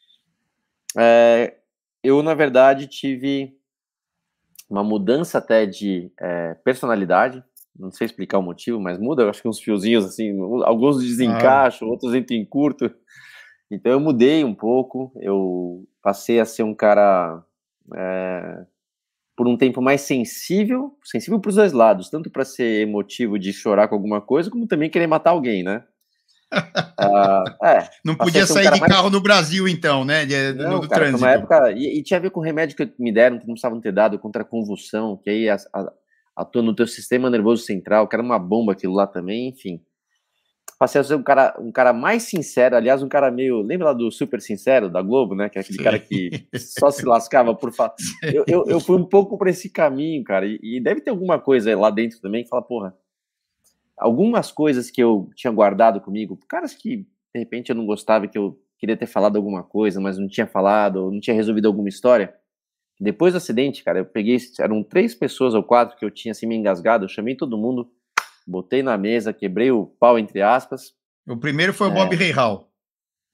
É, eu, na verdade, tive uma mudança até de é, personalidade, não sei explicar o motivo, mas muda, eu acho que uns fiozinhos assim, alguns desencaixam, ah. outros entram em curto, então eu mudei um pouco, eu passei a ser um cara é, por um tempo mais sensível, sensível para os dois lados, tanto para ser emotivo de chorar com alguma coisa, como também querer matar alguém, né? ah, é, não podia sair um de mais... carro no Brasil, então, né? De, não, no, do cara, trânsito. Foi uma época, e, e tinha a ver com remédio que me deram, que não precisavam ter dado, contra a convulsão, que aí a, a, atua no teu sistema nervoso central, que era uma bomba aquilo lá também, enfim. Passei a ser um cara, um cara mais sincero, aliás, um cara meio... Lembra lá do Super Sincero, da Globo, né? Que é aquele Sim. cara que só se lascava por falar. Eu, eu, eu fui um pouco para esse caminho, cara, e, e deve ter alguma coisa lá dentro também que fala, porra, algumas coisas que eu tinha guardado comigo, caras que, de repente, eu não gostava, que eu queria ter falado alguma coisa, mas não tinha falado, ou não tinha resolvido alguma história. Depois do acidente, cara, eu peguei, eram três pessoas ou quatro que eu tinha assim me engasgado, eu chamei todo mundo, botei na mesa, quebrei o pau, entre aspas. O primeiro foi o Bob é... Rahal.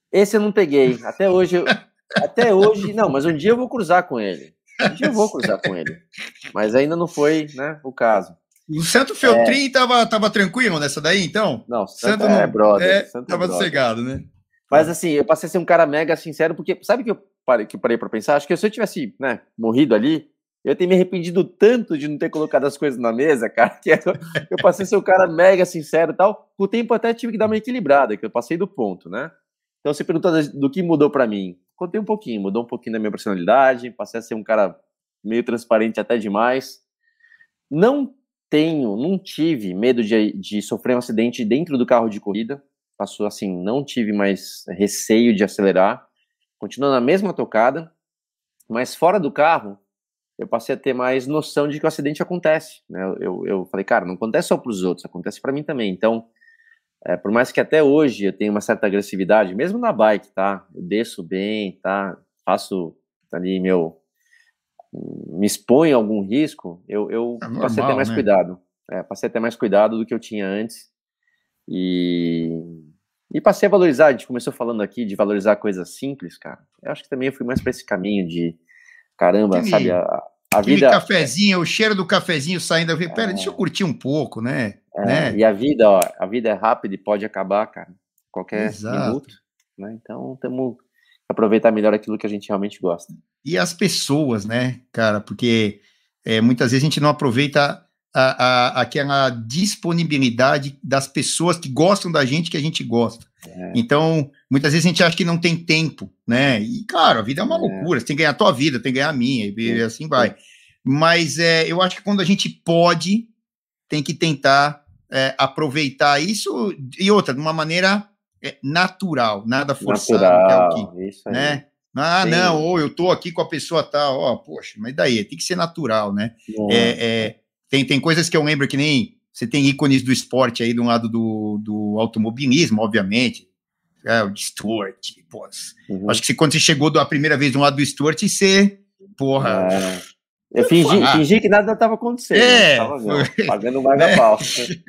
Esse eu não peguei. Até hoje, eu, até hoje, não, mas um dia eu vou cruzar com ele. Um dia eu vou cruzar com ele. Mas ainda não foi, né, o caso. O Santo Feltrin é... tava, tava tranquilo nessa daí, então? Não, o Santo, Santo é não, brother. É, Santo tava é brother. sossegado, né? Mas assim, eu passei a ser um cara mega sincero, porque sabe que eu parei, que eu parei pra pensar? Acho que se eu tivesse, né, morrido ali, eu teria me arrependido tanto de não ter colocado as coisas na mesa, cara, que eu, eu passei a ser um cara mega sincero e tal. Com o tempo até tive que dar uma equilibrada, que eu passei do ponto, né? Então você perguntou do que mudou pra mim. Contei um pouquinho, mudou um pouquinho da minha personalidade, passei a ser um cara meio transparente até demais. Não tenho, não tive medo de, de sofrer um acidente dentro do carro de corrida. Passou assim, não tive mais receio de acelerar, continuou na mesma tocada, mas fora do carro, eu passei a ter mais noção de que o acidente acontece, né? Eu, eu falei, cara, não acontece só para os outros, acontece para mim também. Então, é, por mais que até hoje eu tenha uma certa agressividade, mesmo na bike, tá? Eu desço bem, tá? Faço ali meu... me exponho a algum risco, eu, eu é normal, passei a ter mais, né, cuidado. É, passei a ter mais cuidado do que eu tinha antes. E, e passei a valorizar, a gente começou falando aqui de valorizar coisas simples, cara. Eu acho que também eu fui mais para esse caminho de, caramba, aquele, sabe, a, a vida... cafezinho, o cheiro do cafezinho saindo, eu falei, pera, é, deixa eu curtir um pouco, né? É, né? E a vida, ó, a vida é rápida e pode acabar, cara, qualquer Exato. minuto, né? Então, temos que aproveitar melhor aquilo que a gente realmente gosta. E as pessoas, né, cara, porque é, muitas vezes a gente não aproveita A, a, aquela disponibilidade das pessoas que gostam da gente, que a gente gosta. É. Então, muitas vezes a gente acha que não tem tempo, né? E, claro, a vida é uma é. loucura, você tem que ganhar a tua vida, tem que ganhar a minha, e Sim. assim vai. Sim. Mas é, eu acho que quando a gente pode, tem que tentar é, aproveitar isso, e outra, de uma maneira é, natural, nada forçado. Natural, que é o que, isso aí. Né? Ah, Sim. não, ou eu tô aqui com a pessoa tal, ó, poxa, mas daí, tem que ser natural, né? É, é Tem, tem coisas que eu lembro que nem... Você tem ícones do esporte aí, de um lado do, do automobilismo, obviamente. É, o de Stewart, pô. Uhum. Acho que você, quando você chegou da primeira vez do lado do Stewart, você... Porra... É. Eu fingi, fingi que nada estava acontecendo. É, não tava, não, pagando mais a pau.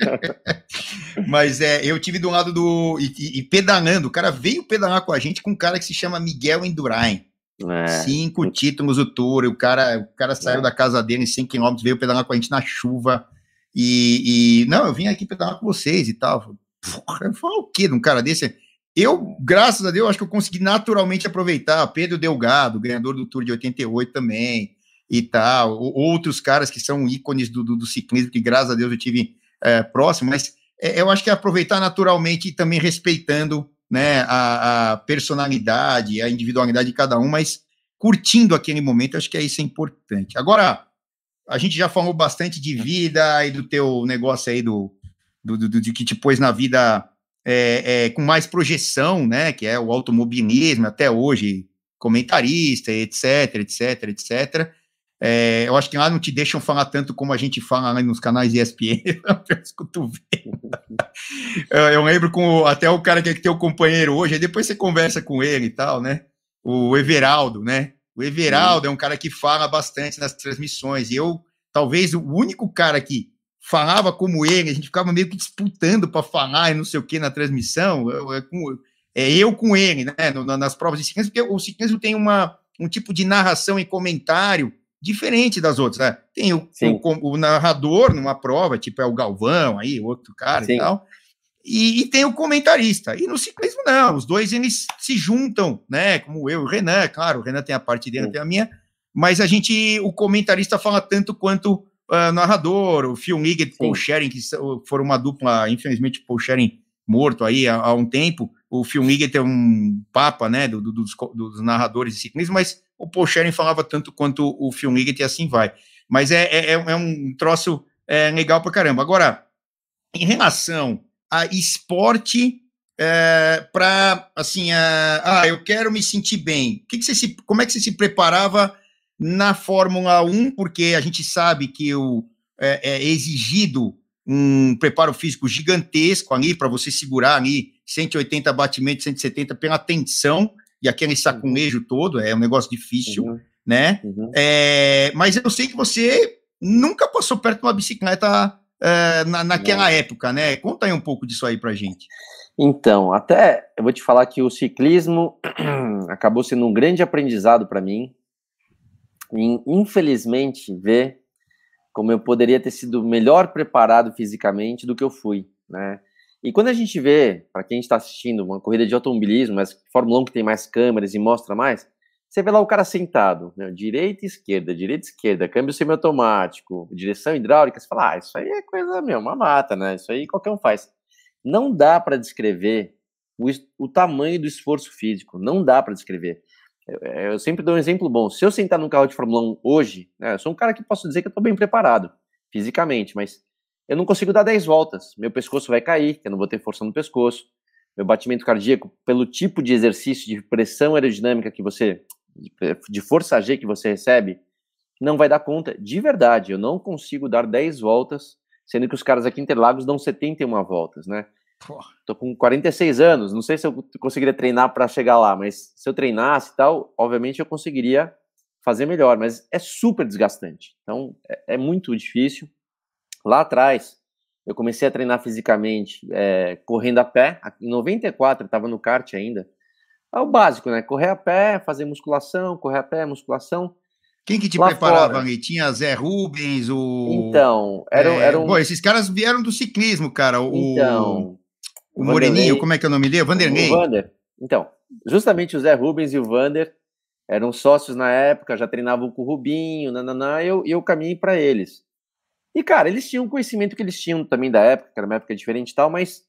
Mas é, eu tive do lado do... E, e, e pedalando, o cara veio pedalar com a gente com um cara que se chama Miguel Indurain. É. Cinco títulos do Tour, o cara, o cara saiu é. da casa dele em cem quilômetros, veio pedalar com a gente na chuva, e, e não, eu vim aqui pedalar com vocês e tal. Porra, eu falo o quê de um cara desse? Eu, graças a Deus, acho que eu consegui naturalmente aproveitar. Pedro Delgado, ganhador do Tour de oitenta e oito também, e tal, outros caras que são ícones do, do, do ciclismo, que graças a Deus eu tive é, próximo, mas é, eu acho que é aproveitar naturalmente e também respeitando, né, a, a personalidade, a individualidade de cada um, mas curtindo aquele momento, acho que é isso é importante. Agora, a gente já falou bastante de vida e do teu negócio aí, do, do, do, do que te pôs na vida é, é, com mais projeção, né, que é o automobilismo, até hoje, comentarista, etc, etc, etcétera. É, eu acho que lá não te deixam falar tanto como a gente fala lá nos canais E S P N, eu, eu lembro com até o cara que é teu companheiro hoje, aí depois você conversa com ele e tal, né? O Everaldo, né? O Everaldo é um cara que fala bastante nas transmissões, e eu, talvez, o único cara que falava como ele, a gente ficava meio que disputando para falar e não sei o que na transmissão, eu, eu, é eu com ele, né? No, nas provas de ciclismo, porque o ciclismo tem uma, um tipo de narração e comentário diferente das outras, né? Tem o, o, o narrador numa prova, tipo é o Galvão, aí, outro cara Sim. e tal, e, e tem o comentarista, e no ciclismo não, os dois eles se juntam, né, como eu e o Renan, claro, o Renan tem a parte dele, tem a minha, mas a gente, o comentarista fala tanto quanto o uh, narrador, o Phil Liggett, Paul Schering, que foram uma dupla, infelizmente, Paul Schering morto aí há, há um tempo, o Phil Liggett é um papa, né, do, do, dos, dos narradores de ciclismo, mas o Paul Schering falava tanto quanto o Phil Liggett e assim vai. Mas é, é, é um troço é, legal pra caramba. Agora, em relação a esporte, é, para, assim, a, ah, eu quero me sentir bem. Que que você se, como é que você se preparava na Fórmula um? Porque a gente sabe que o, é, é exigido um preparo físico gigantesco ali, para você segurar ali cento e oitenta batimentos, cento e setenta pela tensão, e aquele saculejo todo, é um negócio difícil, uhum. né? Uhum. É, mas eu sei que você nunca passou perto de uma bicicleta uh, na, naquela Não. época, né? Conta aí um pouco disso aí pra gente. Então, até eu vou te falar que o ciclismo acabou sendo um grande aprendizado para mim. E, infelizmente, ver como eu poderia ter sido melhor preparado fisicamente do que eu fui, né? E quando a gente vê, para quem está assistindo, uma corrida de automobilismo, mas Fórmula um que tem mais câmeras e mostra mais, você vê lá o cara sentado, né? Direita e esquerda, direita e esquerda, câmbio semiautomático, direção hidráulica, você fala, ah, isso aí é coisa, meu, uma mata, né? Isso aí qualquer um faz. Não dá para descrever o, o tamanho do esforço físico, não dá para descrever. Eu, eu sempre dou um exemplo bom. Se eu sentar num carro de Fórmula um hoje, né, eu sou um cara que posso dizer que eu estou bem preparado fisicamente, mas eu não consigo dar dez voltas. Meu pescoço vai cair, eu não vou ter força no pescoço. Meu batimento cardíaco, pelo tipo de exercício de pressão aerodinâmica que você, de força G que você recebe, não vai dar conta. De verdade, eu não consigo dar dez voltas, sendo que os caras aqui em Interlagos dão setenta e uma voltas, né? Tô com quarenta e seis anos, não sei se eu conseguiria treinar para chegar lá, mas se eu treinasse e tal, obviamente eu conseguiria fazer melhor, mas é super desgastante, então é, é muito difícil. Lá atrás, eu comecei a treinar fisicamente, é, correndo a pé, em noventa e quatro eu estava no kart ainda, é o básico, né, correr a pé, fazer musculação, correr a pé, musculação. Quem que te lá preparava ali? Tinha Zé Rubens, o... Então, eram... É, eram... Bom, esses caras vieram do ciclismo, cara, o... Então... O Moreninho, como é que é o nome dele? O Vanderlei. O Vander. Então, justamente o Zé Rubens e o Vander eram sócios na época, já treinavam com o Rubinho, nananá, e eu, eu caminhei para eles. E, cara, eles tinham o conhecimento que eles tinham também da época, que era uma época diferente e tal, mas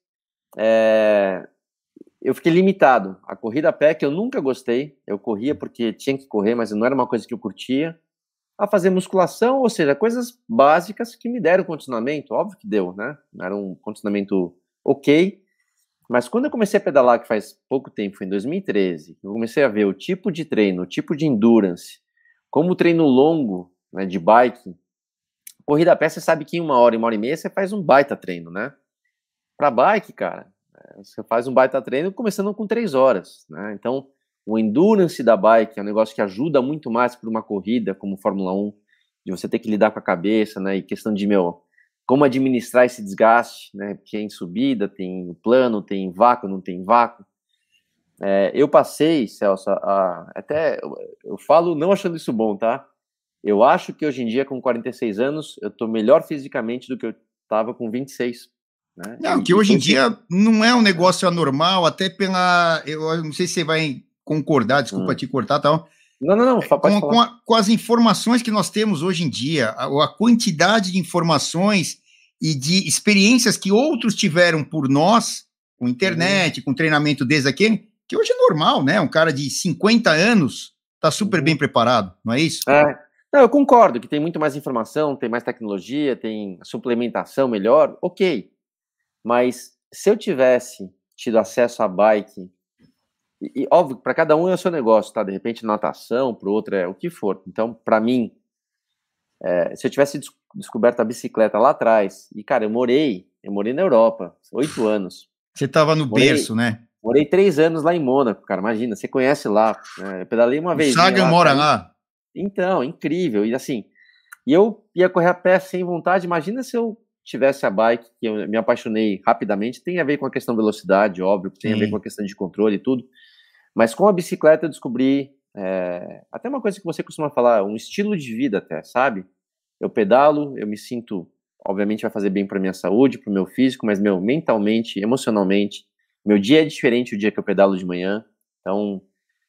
é, eu fiquei limitado. A corrida a pé, que eu nunca gostei, eu corria porque tinha que correr, mas não era uma coisa que eu curtia. A fazer musculação, ou seja, coisas básicas que me deram condicionamento, óbvio que deu, né? Era um condicionamento ok. Mas quando eu comecei a pedalar, que faz pouco tempo, foi em dois mil e treze, eu comecei a ver o tipo de treino, o tipo de endurance, como o treino longo, né, de bike, corrida a pé, você sabe que em uma hora, em uma hora e meia, você faz um baita treino, né? Para bike, cara, você faz um baita treino começando com três horas, né? Então, o endurance da bike é um negócio que ajuda muito mais para uma corrida, como Fórmula um, de você ter que lidar com a cabeça, né? E questão de, meu... como administrar esse desgaste, né? Porque em subida tem plano, tem vácuo, não tem vácuo. É, eu passei, Celso, a, a, até eu, eu falo não achando isso bom, tá? Eu acho que hoje em dia, com quarenta e seis anos, eu tô melhor fisicamente do que eu tava com vinte e seis. Né? Não, e, que hoje em dia não é um negócio anormal, até pela... Eu não sei se você vai concordar, desculpa hum. te cortar, tal. Não, não, não, pode com, com, a, com as informações que nós temos hoje em dia, a, a quantidade de informações e de experiências que outros tiveram por nós, com internet, uhum. com treinamento desde aquele, que hoje é normal, né? Um cara de cinquenta anos tá super uhum. bem preparado, não é isso? É. Não, eu concordo que tem muito mais informação, tem mais tecnologia, tem suplementação melhor, ok. Mas se eu tivesse tido acesso à bike, e, e óbvio, para cada um é o seu negócio, tá? De repente natação, para o outro é o que for. Então, para mim, é, se eu tivesse des descoberto a bicicleta lá atrás, e cara, eu morei, eu morei na Europa, oito anos. Você tava no morei, berço, né? Morei três anos lá em Mônaco, cara, imagina, você conhece lá, né? Eu pedalei uma vez. O Sagan mora lá? Então, incrível, e assim, e eu ia correr a pé sem vontade, imagina se eu tivesse a bike, que eu me apaixonei rapidamente, tem a ver com a questão de velocidade, óbvio, tem Sim. a ver com a questão de controle e tudo, mas com a bicicleta eu descobri, é, até uma coisa que você costuma falar, um estilo de vida até, sabe? Eu pedalo, eu me sinto, obviamente vai fazer bem para minha saúde, para o meu físico, mas meu, mentalmente, emocionalmente, meu dia é diferente o dia que eu pedalo de manhã, então,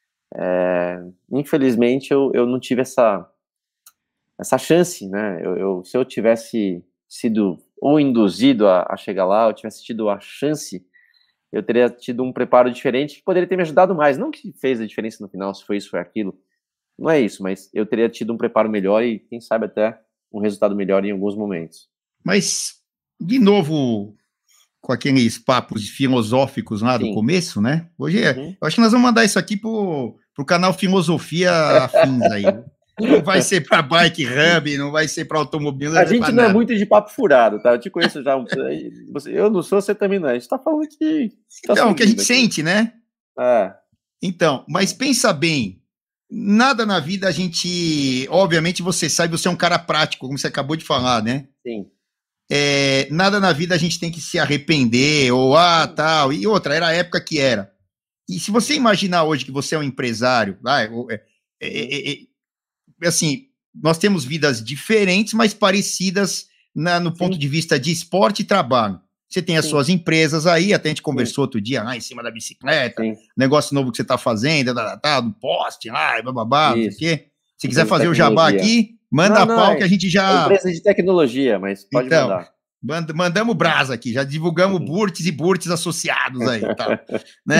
é, infelizmente eu, eu não tive essa, essa chance, né? Eu, eu, se eu tivesse sido ou induzido a, a chegar lá, eu tivesse tido a chance, eu teria tido um preparo diferente que poderia ter me ajudado mais, não que fez a diferença no final, se foi isso, foi aquilo, não é isso, mas eu teria tido um preparo melhor e quem sabe até um resultado melhor em alguns momentos. Mas, de novo, com aqueles papos filosóficos lá Sim. do começo, né? Hoje, uhum. eu acho que nós vamos mandar isso aqui pro, pro canal Filosofia Afins aí. Não vai ser para Bike Hub, não vai ser para automobilismo. A gente não nada. é muito de papo furado, tá? Eu te conheço já. Eu não sou, você também não é. A gente tá falando que... Tá então, o que a gente aqui. sente, né? É. Então, mas pensa bem, nada na vida a gente... Obviamente você sabe, você é um cara prático, como você acabou de falar, né? Sim. é, nada na vida a gente tem que se arrepender, ou ah, tal, e outra, era a época que era. E se você imaginar hoje que você é um empresário, vai, é, é, é, é, assim, nós temos vidas diferentes, mas parecidas na, no ponto Sim. de vista de esporte e trabalho. Você tem as Sim. suas empresas aí, até a gente conversou Sim. outro dia lá em cima da bicicleta, Sim. negócio novo que você está fazendo, tá, tá, do poste lá, bababá, não sei o quê. Se quiser fazer o jabá aqui, manda não, a pau não, que a gente já... É empresa de tecnologia, mas pode então, mandar. Mand mandamos brasa aqui, já divulgamos uhum. Burts e Burts associados aí, tá, né?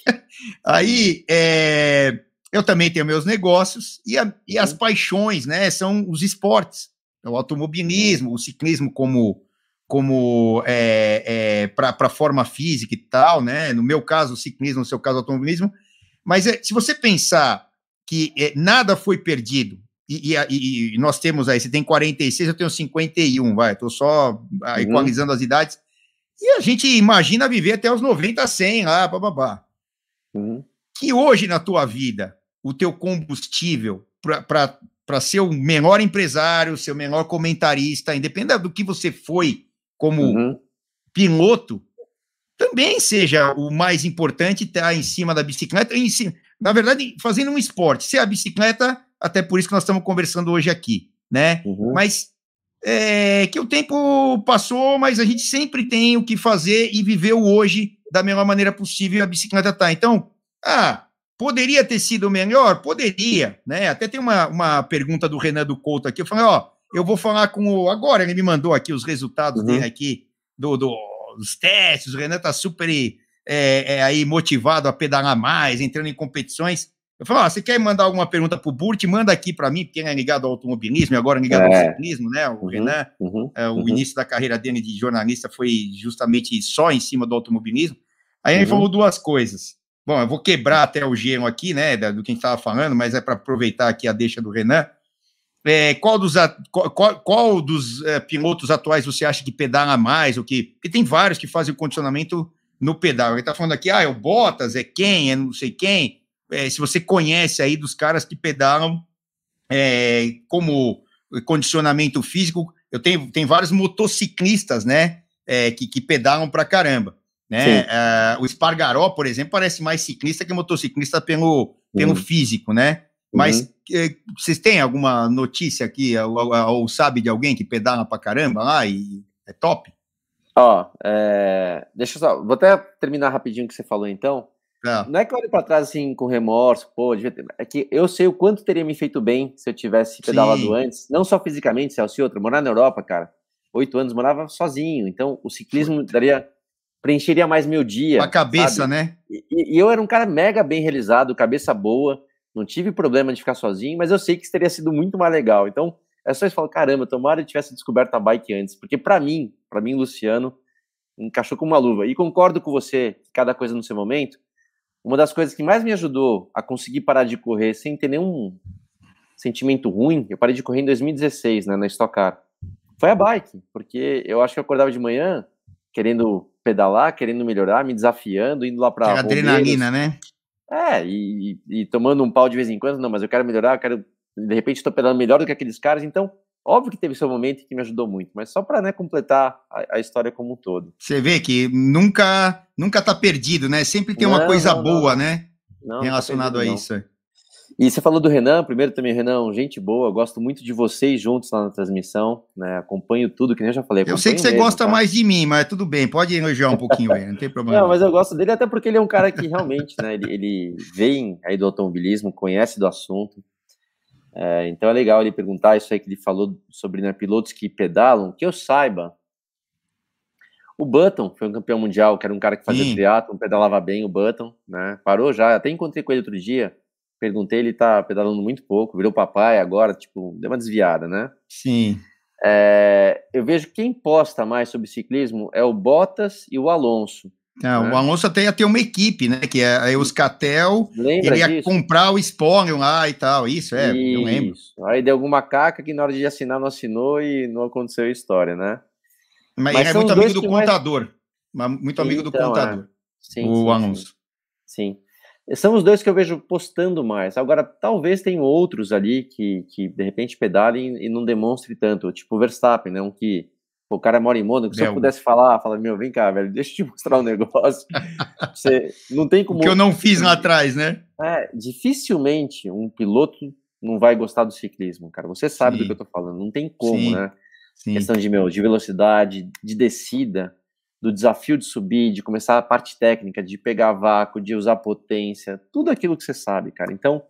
Aí, é, eu também tenho meus negócios e, a, e as paixões, né, são os esportes, o automobilismo, o ciclismo como, como é, é, para a forma física e tal, né? No meu caso, o ciclismo, no seu caso, o automobilismo. Mas é, se você pensar que é, nada foi perdido, e, e, e nós temos aí, você tem quarenta e seis, eu tenho cinquenta e um, vai, estou só uhum. equalizando as idades, e a gente imagina viver até os noventa, cem lá, bababá. Uhum. Que hoje na tua vida, o teu combustível para ser o menor empresário, ser o menor comentarista, independente do que você foi como uhum. piloto, também seja o mais importante estar em cima da bicicleta, em cima, na verdade, fazendo um esporte, se a bicicleta, até por isso que nós estamos conversando hoje aqui, né? Uhum. Mas é, que o tempo passou, mas a gente sempre tem o que fazer e viver o hoje da melhor maneira possível, a bicicleta tá. Então, ah, poderia ter sido melhor? Poderia, né? Até tem uma, uma pergunta do Renan do Couto aqui, eu falei, ó, eu vou falar com o... Agora, ele me mandou aqui os resultados uhum. dele aqui, do, do, dos testes, o Renan tá super é, é, aí motivado a pedalar mais, entrando em competições. Eu falei, ó, você quer mandar alguma pergunta pro Burt? Manda aqui para mim, porque ele é ligado ao automobilismo e agora é ligado é. ao ciclismo, né? O uhum, Renan, uhum, é, o uhum. início da carreira dele de jornalista foi justamente só em cima do automobilismo. Aí ele uhum. falou duas coisas. Bom, eu vou quebrar até o gelo aqui, né, do que a gente estava falando, mas é para aproveitar aqui a deixa do Renan. É, qual dos, qual, qual dos é, pilotos atuais você acha que pedala mais? Ou que, porque tem vários que fazem o condicionamento no pedal. Ele está falando aqui, ah, é o Bottas, é quem, é não sei quem. É, se você conhece aí dos caras que pedalam é, como condicionamento físico, eu tenho tem vários motociclistas, né, é, que, que pedalam pra caramba, né, uh, o Espargaró, por exemplo, parece mais ciclista que motociclista pelo, pelo uhum. físico, né, mas uhum. é, vocês têm alguma notícia aqui, ou, ou, ou sabe de alguém que pedala pra caramba lá e é top? Ó, é, deixa eu só, vou até terminar rapidinho o que você falou então. É. Não é que eu olho pra trás assim com remorso, pô, devia ter... é que eu sei o quanto teria me feito bem se eu tivesse pedalado Sim. antes, não só fisicamente, Celso e outro, morar na Europa, cara, oito anos, morava sozinho, então o ciclismo daria, preencheria mais meu dia. A cabeça, sabe? Né? E, e eu era um cara mega bem realizado, cabeça boa, não tive problema de ficar sozinho, mas eu sei que isso teria sido muito mais legal, então é só isso, falar, caramba, tomara eu tivesse descoberto a bike antes, porque pra mim, pra mim, Luciano, encaixou com uma luva, e concordo com você, cada coisa no seu momento. Uma das coisas que mais me ajudou a conseguir parar de correr sem ter nenhum sentimento ruim, eu parei de correr em dois mil e dezesseis, né, na Stock Car, foi a bike, porque eu acho que eu acordava de manhã querendo pedalar, querendo melhorar, me desafiando, indo lá pra... adrenalina, né? É, e, e, e tomando um pau de vez em quando, não, mas eu quero melhorar, eu quero, de repente tô pedalando melhor do que aqueles caras, então... Óbvio que teve seu momento que me ajudou muito, mas só para, né, completar a, a história como um todo. Você vê que nunca nunca tá perdido, né? Sempre tem não, uma coisa não, boa, não, né? Não, relacionado tá perdido, a isso. E você falou do Renan, primeiro também, Renan, gente boa, eu gosto muito de vocês juntos lá na transmissão, né? Acompanho tudo, que nem eu já falei. Eu sei que você mesmo, gosta tá? mais de mim, mas tudo bem, pode elogiar um pouquinho aí, não tem problema. Não, mas eu gosto dele até porque ele é um cara que realmente, né, ele, ele vem aí do automobilismo, conhece do assunto. É, então é legal ele perguntar isso aí que ele falou sobre, né, pilotos que pedalam, que eu saiba. O Button foi um campeão mundial, que era um cara que fazia triatlon, pedalava bem, o Button, né? Parou já, até encontrei com ele outro dia, perguntei, ele tá pedalando muito pouco, virou papai agora, tipo, deu uma desviada, né? Sim. É, eu vejo quem posta mais sobre ciclismo é o Bottas e o Alonso. Ah, né? O Alonso até ia ter uma equipe, né? Que é a Euskaltel, Lembra ele ia disso? comprar o Spoleon lá e tal. Isso, é, Isso. eu lembro. Aí deu alguma caca que na hora de assinar não assinou e não aconteceu a história, né? Mas, Mas é muito amigo do contador. Mais... Muito amigo então, do contador. É. Sim, o sim, Alonso. Sim. sim. São os dois que eu vejo postando mais. Agora, talvez tenham outros ali que, que de repente pedalem e não demonstre tanto. Tipo o Verstappen, né? Um que o cara mora em Mônaco, se é, eu pudesse falar, falar, meu, vem cá, velho, deixa eu te mostrar um negócio. Você não tem como... O que eu não fiz lá atrás, né? É, dificilmente um piloto não vai gostar do ciclismo, cara. Você sabe Sim. do que eu tô falando, não tem como, Sim. né? Sim. Questão de, meu, de velocidade, de descida, do desafio de subir, de começar a parte técnica, de pegar vácuo, de usar potência, tudo aquilo que você sabe, cara. Então,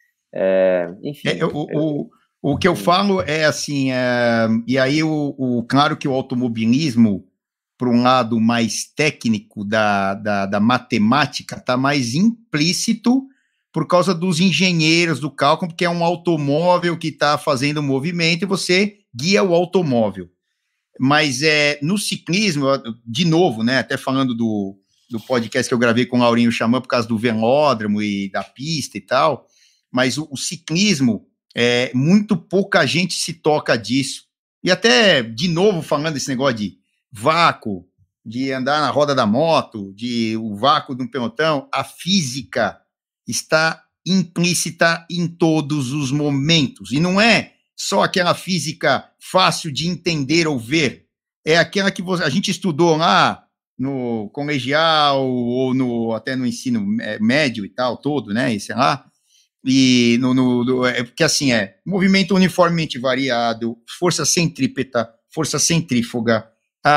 é, enfim... É, o, o, o que eu falo é assim, é, e aí, o, o, claro que o automobilismo, por um lado mais técnico da, da, da matemática, está mais implícito por causa dos engenheiros do cálculo, porque é um automóvel que está fazendo movimento e você guia o automóvel. Mas é, no ciclismo, de novo, né, até falando do, do podcast que eu gravei com o Laurinho Xamã por causa do velódromo e da pista e tal, mas o, o ciclismo, é, muito pouca gente se toca disso. E até, de novo, falando desse negócio de vácuo, de andar na roda da moto, de o vácuo de um pelotão, a física está implícita em todos os momentos. E não é só aquela física fácil de entender ou ver, é aquela que você, a gente estudou lá no colegial ou no, até no ensino médio e tal, todo, né, e sei lá, e no, no, no, é porque assim, é movimento uniformemente variado, força centrípeta, força centrífuga,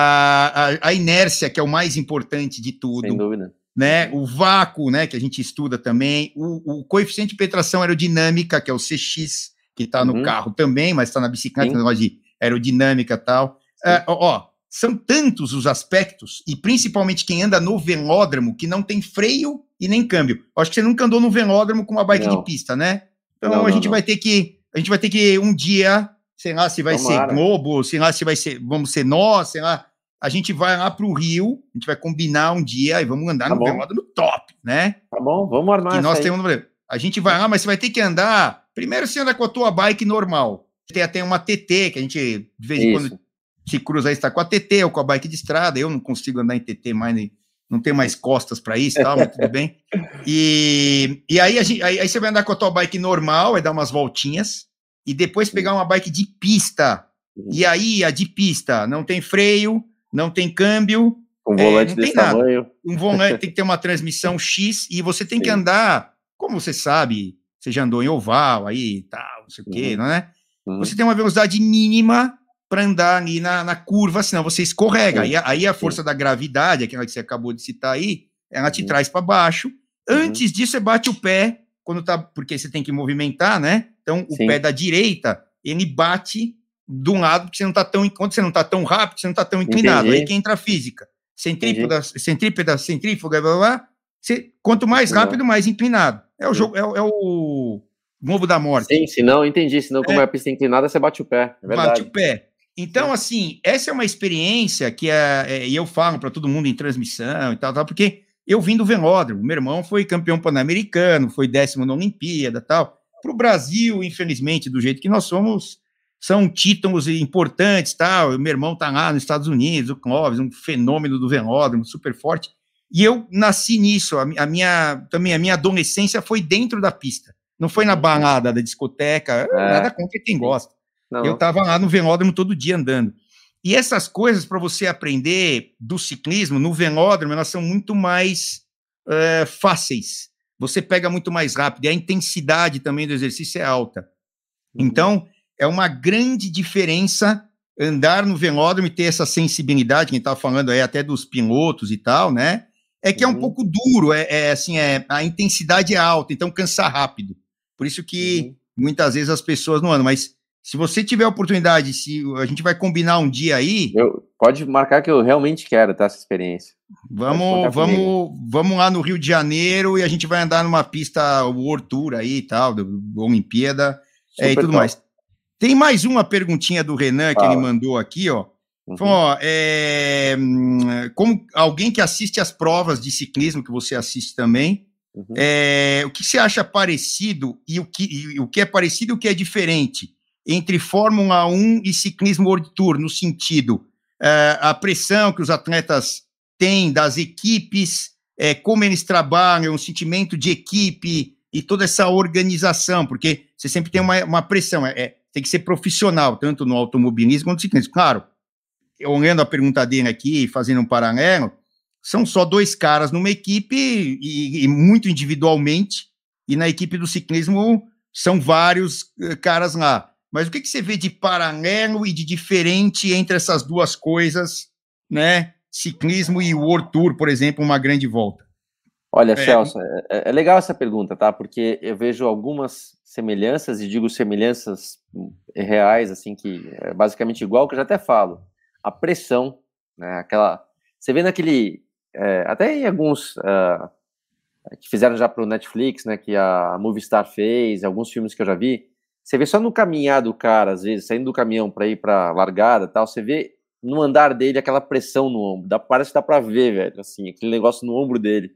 a, a, a inércia, que é o mais importante de tudo. Sem dúvida. Né, o vácuo, né, que a gente estuda também, o, o coeficiente de penetração aerodinâmica, que é o C X, que está no uhum. carro também, mas está na bicicleta, no negócio de aerodinâmica e tal. É, ó, são tantos os aspectos, e principalmente quem anda no velódromo, que não tem freio e nem câmbio. Acho que você nunca andou no velódromo com uma bike não. de pista, né? Então não, a gente não, vai não. ter que, a gente vai ter que um dia, sei lá, se vai Tomara. ser Globo, sei lá, se vai ser, vamos ser nós, sei lá, a gente vai lá pro Rio, a gente vai combinar um dia e vamos andar tá no velódromo top, né? Tá bom, vamos armar que nós aí. temos no... A gente vai lá, mas você vai ter que andar, primeiro você anda com a tua bike normal, tem até uma T T, que a gente, de vez em Isso. quando, se cruza aí, está com a T T ou com a bike de estrada, eu não consigo andar em T T mais, não tenho mais costas para isso, tal, mas tudo bem. E, e aí, a gente, aí, aí você vai andar com a tua bike normal, vai dar umas voltinhas, e depois pegar uma bike de pista, e aí a de pista não tem freio, não tem câmbio, um volante é, não desse tem nada. tamanho. Um volante tem que ter uma transmissão X, e você tem Sim. que andar, como você sabe, você já andou em oval, aí, tal, não sei o quê, uhum. não é? Uhum. Você tem uma velocidade mínima para andar ali na, na curva, senão você escorrega. Aí, aí a força Sim. da gravidade, aquela que você acabou de citar aí, ela te uhum. traz para baixo. Antes uhum. disso, você bate o pé, quando tá, porque você tem que movimentar, né? Então, o Sim. pé da direita, ele bate de um lado, porque você não tá tão, quando você não está tão rápido, você não está tão inclinado. Entendi. Aí que entra a física. Centrípeda, centrípeda, centrífuga, blá, blá, blá. Você, quanto mais rápido, mais inclinado. É o jogo, é, é o Globo da Morte. Sim, se não, entendi. Senão, como é. a pista é inclinada, você bate o pé. É verdade. Bate o pé. Então, Sim. assim, essa é uma experiência que é, é, e eu falo para todo mundo em transmissão e tal, tal, porque eu vim do velódromo. Meu irmão foi campeão pan-americano, foi décimo na Olimpíada e tal. Para o Brasil, infelizmente, do jeito que nós somos, são títulos importantes, tal. O meu irmão está lá nos Estados Unidos, o Clóvis, um fenômeno do velódromo, super forte. E eu nasci nisso. A, a minha, também a minha adolescência foi dentro da pista. Não foi na balada da discoteca, é. nada contra quem gosta. Não. Eu estava lá no velódromo todo dia andando. E essas coisas, para você aprender do ciclismo, no velódromo, elas são muito mais é, fáceis. Você pega muito mais rápido. E a intensidade também do exercício é alta. Uhum. Então, é uma grande diferença andar no velódromo e ter essa sensibilidade, quem estava falando aí até dos pilotos e tal, né? É que uhum. é um pouco duro, é, é assim, é, a intensidade é alta, então cansa rápido. Por isso que uhum. muitas vezes as pessoas não andam, mas se você tiver a oportunidade, se a gente vai combinar um dia aí... Eu, pode marcar que eu realmente quero ter essa experiência. Vamos, vamos, vamos lá no Rio de Janeiro e a gente vai andar numa pista World Tour aí e tal, Olimpíada é, e tudo top. mais. Tem mais uma perguntinha do Renan que Fala. ele mandou aqui, ó. Uhum. Falou, ó, é, como alguém que assiste as provas de ciclismo, que você assiste também, uhum. é, o que você acha parecido e o que, e o que é parecido e o que é diferente entre Fórmula um e ciclismo World Tour, no sentido, é, a pressão que os atletas têm das equipes, é, como eles trabalham, o sentimento de equipe e toda essa organização, porque você sempre tem uma, uma pressão, é, é, tem que ser profissional, tanto no automobilismo quanto no ciclismo. Claro, olhando a pergunta dele aqui, fazendo um paralelo, são só dois caras numa equipe e, e muito individualmente, e na equipe do ciclismo são vários uh, caras lá. Mas o que, que você vê de paralelo e de diferente entre essas duas coisas, né? Ciclismo e World Tour, por exemplo, uma grande volta? Olha, É. Celso, é, é legal essa pergunta, tá? Porque eu vejo algumas semelhanças, e digo semelhanças reais, assim, que é basicamente igual, que eu já até falo. A pressão, né? Aquela... Você vê naquele... É, até em alguns... Uh, que fizeram já para o Netflix, né? Que a Movistar fez, alguns filmes que eu já vi. Você vê só no caminhar do cara, às vezes, saindo do caminhão para ir para largada e tal, você vê no andar dele aquela pressão no ombro. Dá, parece que dá para ver, velho, assim, aquele negócio no ombro dele.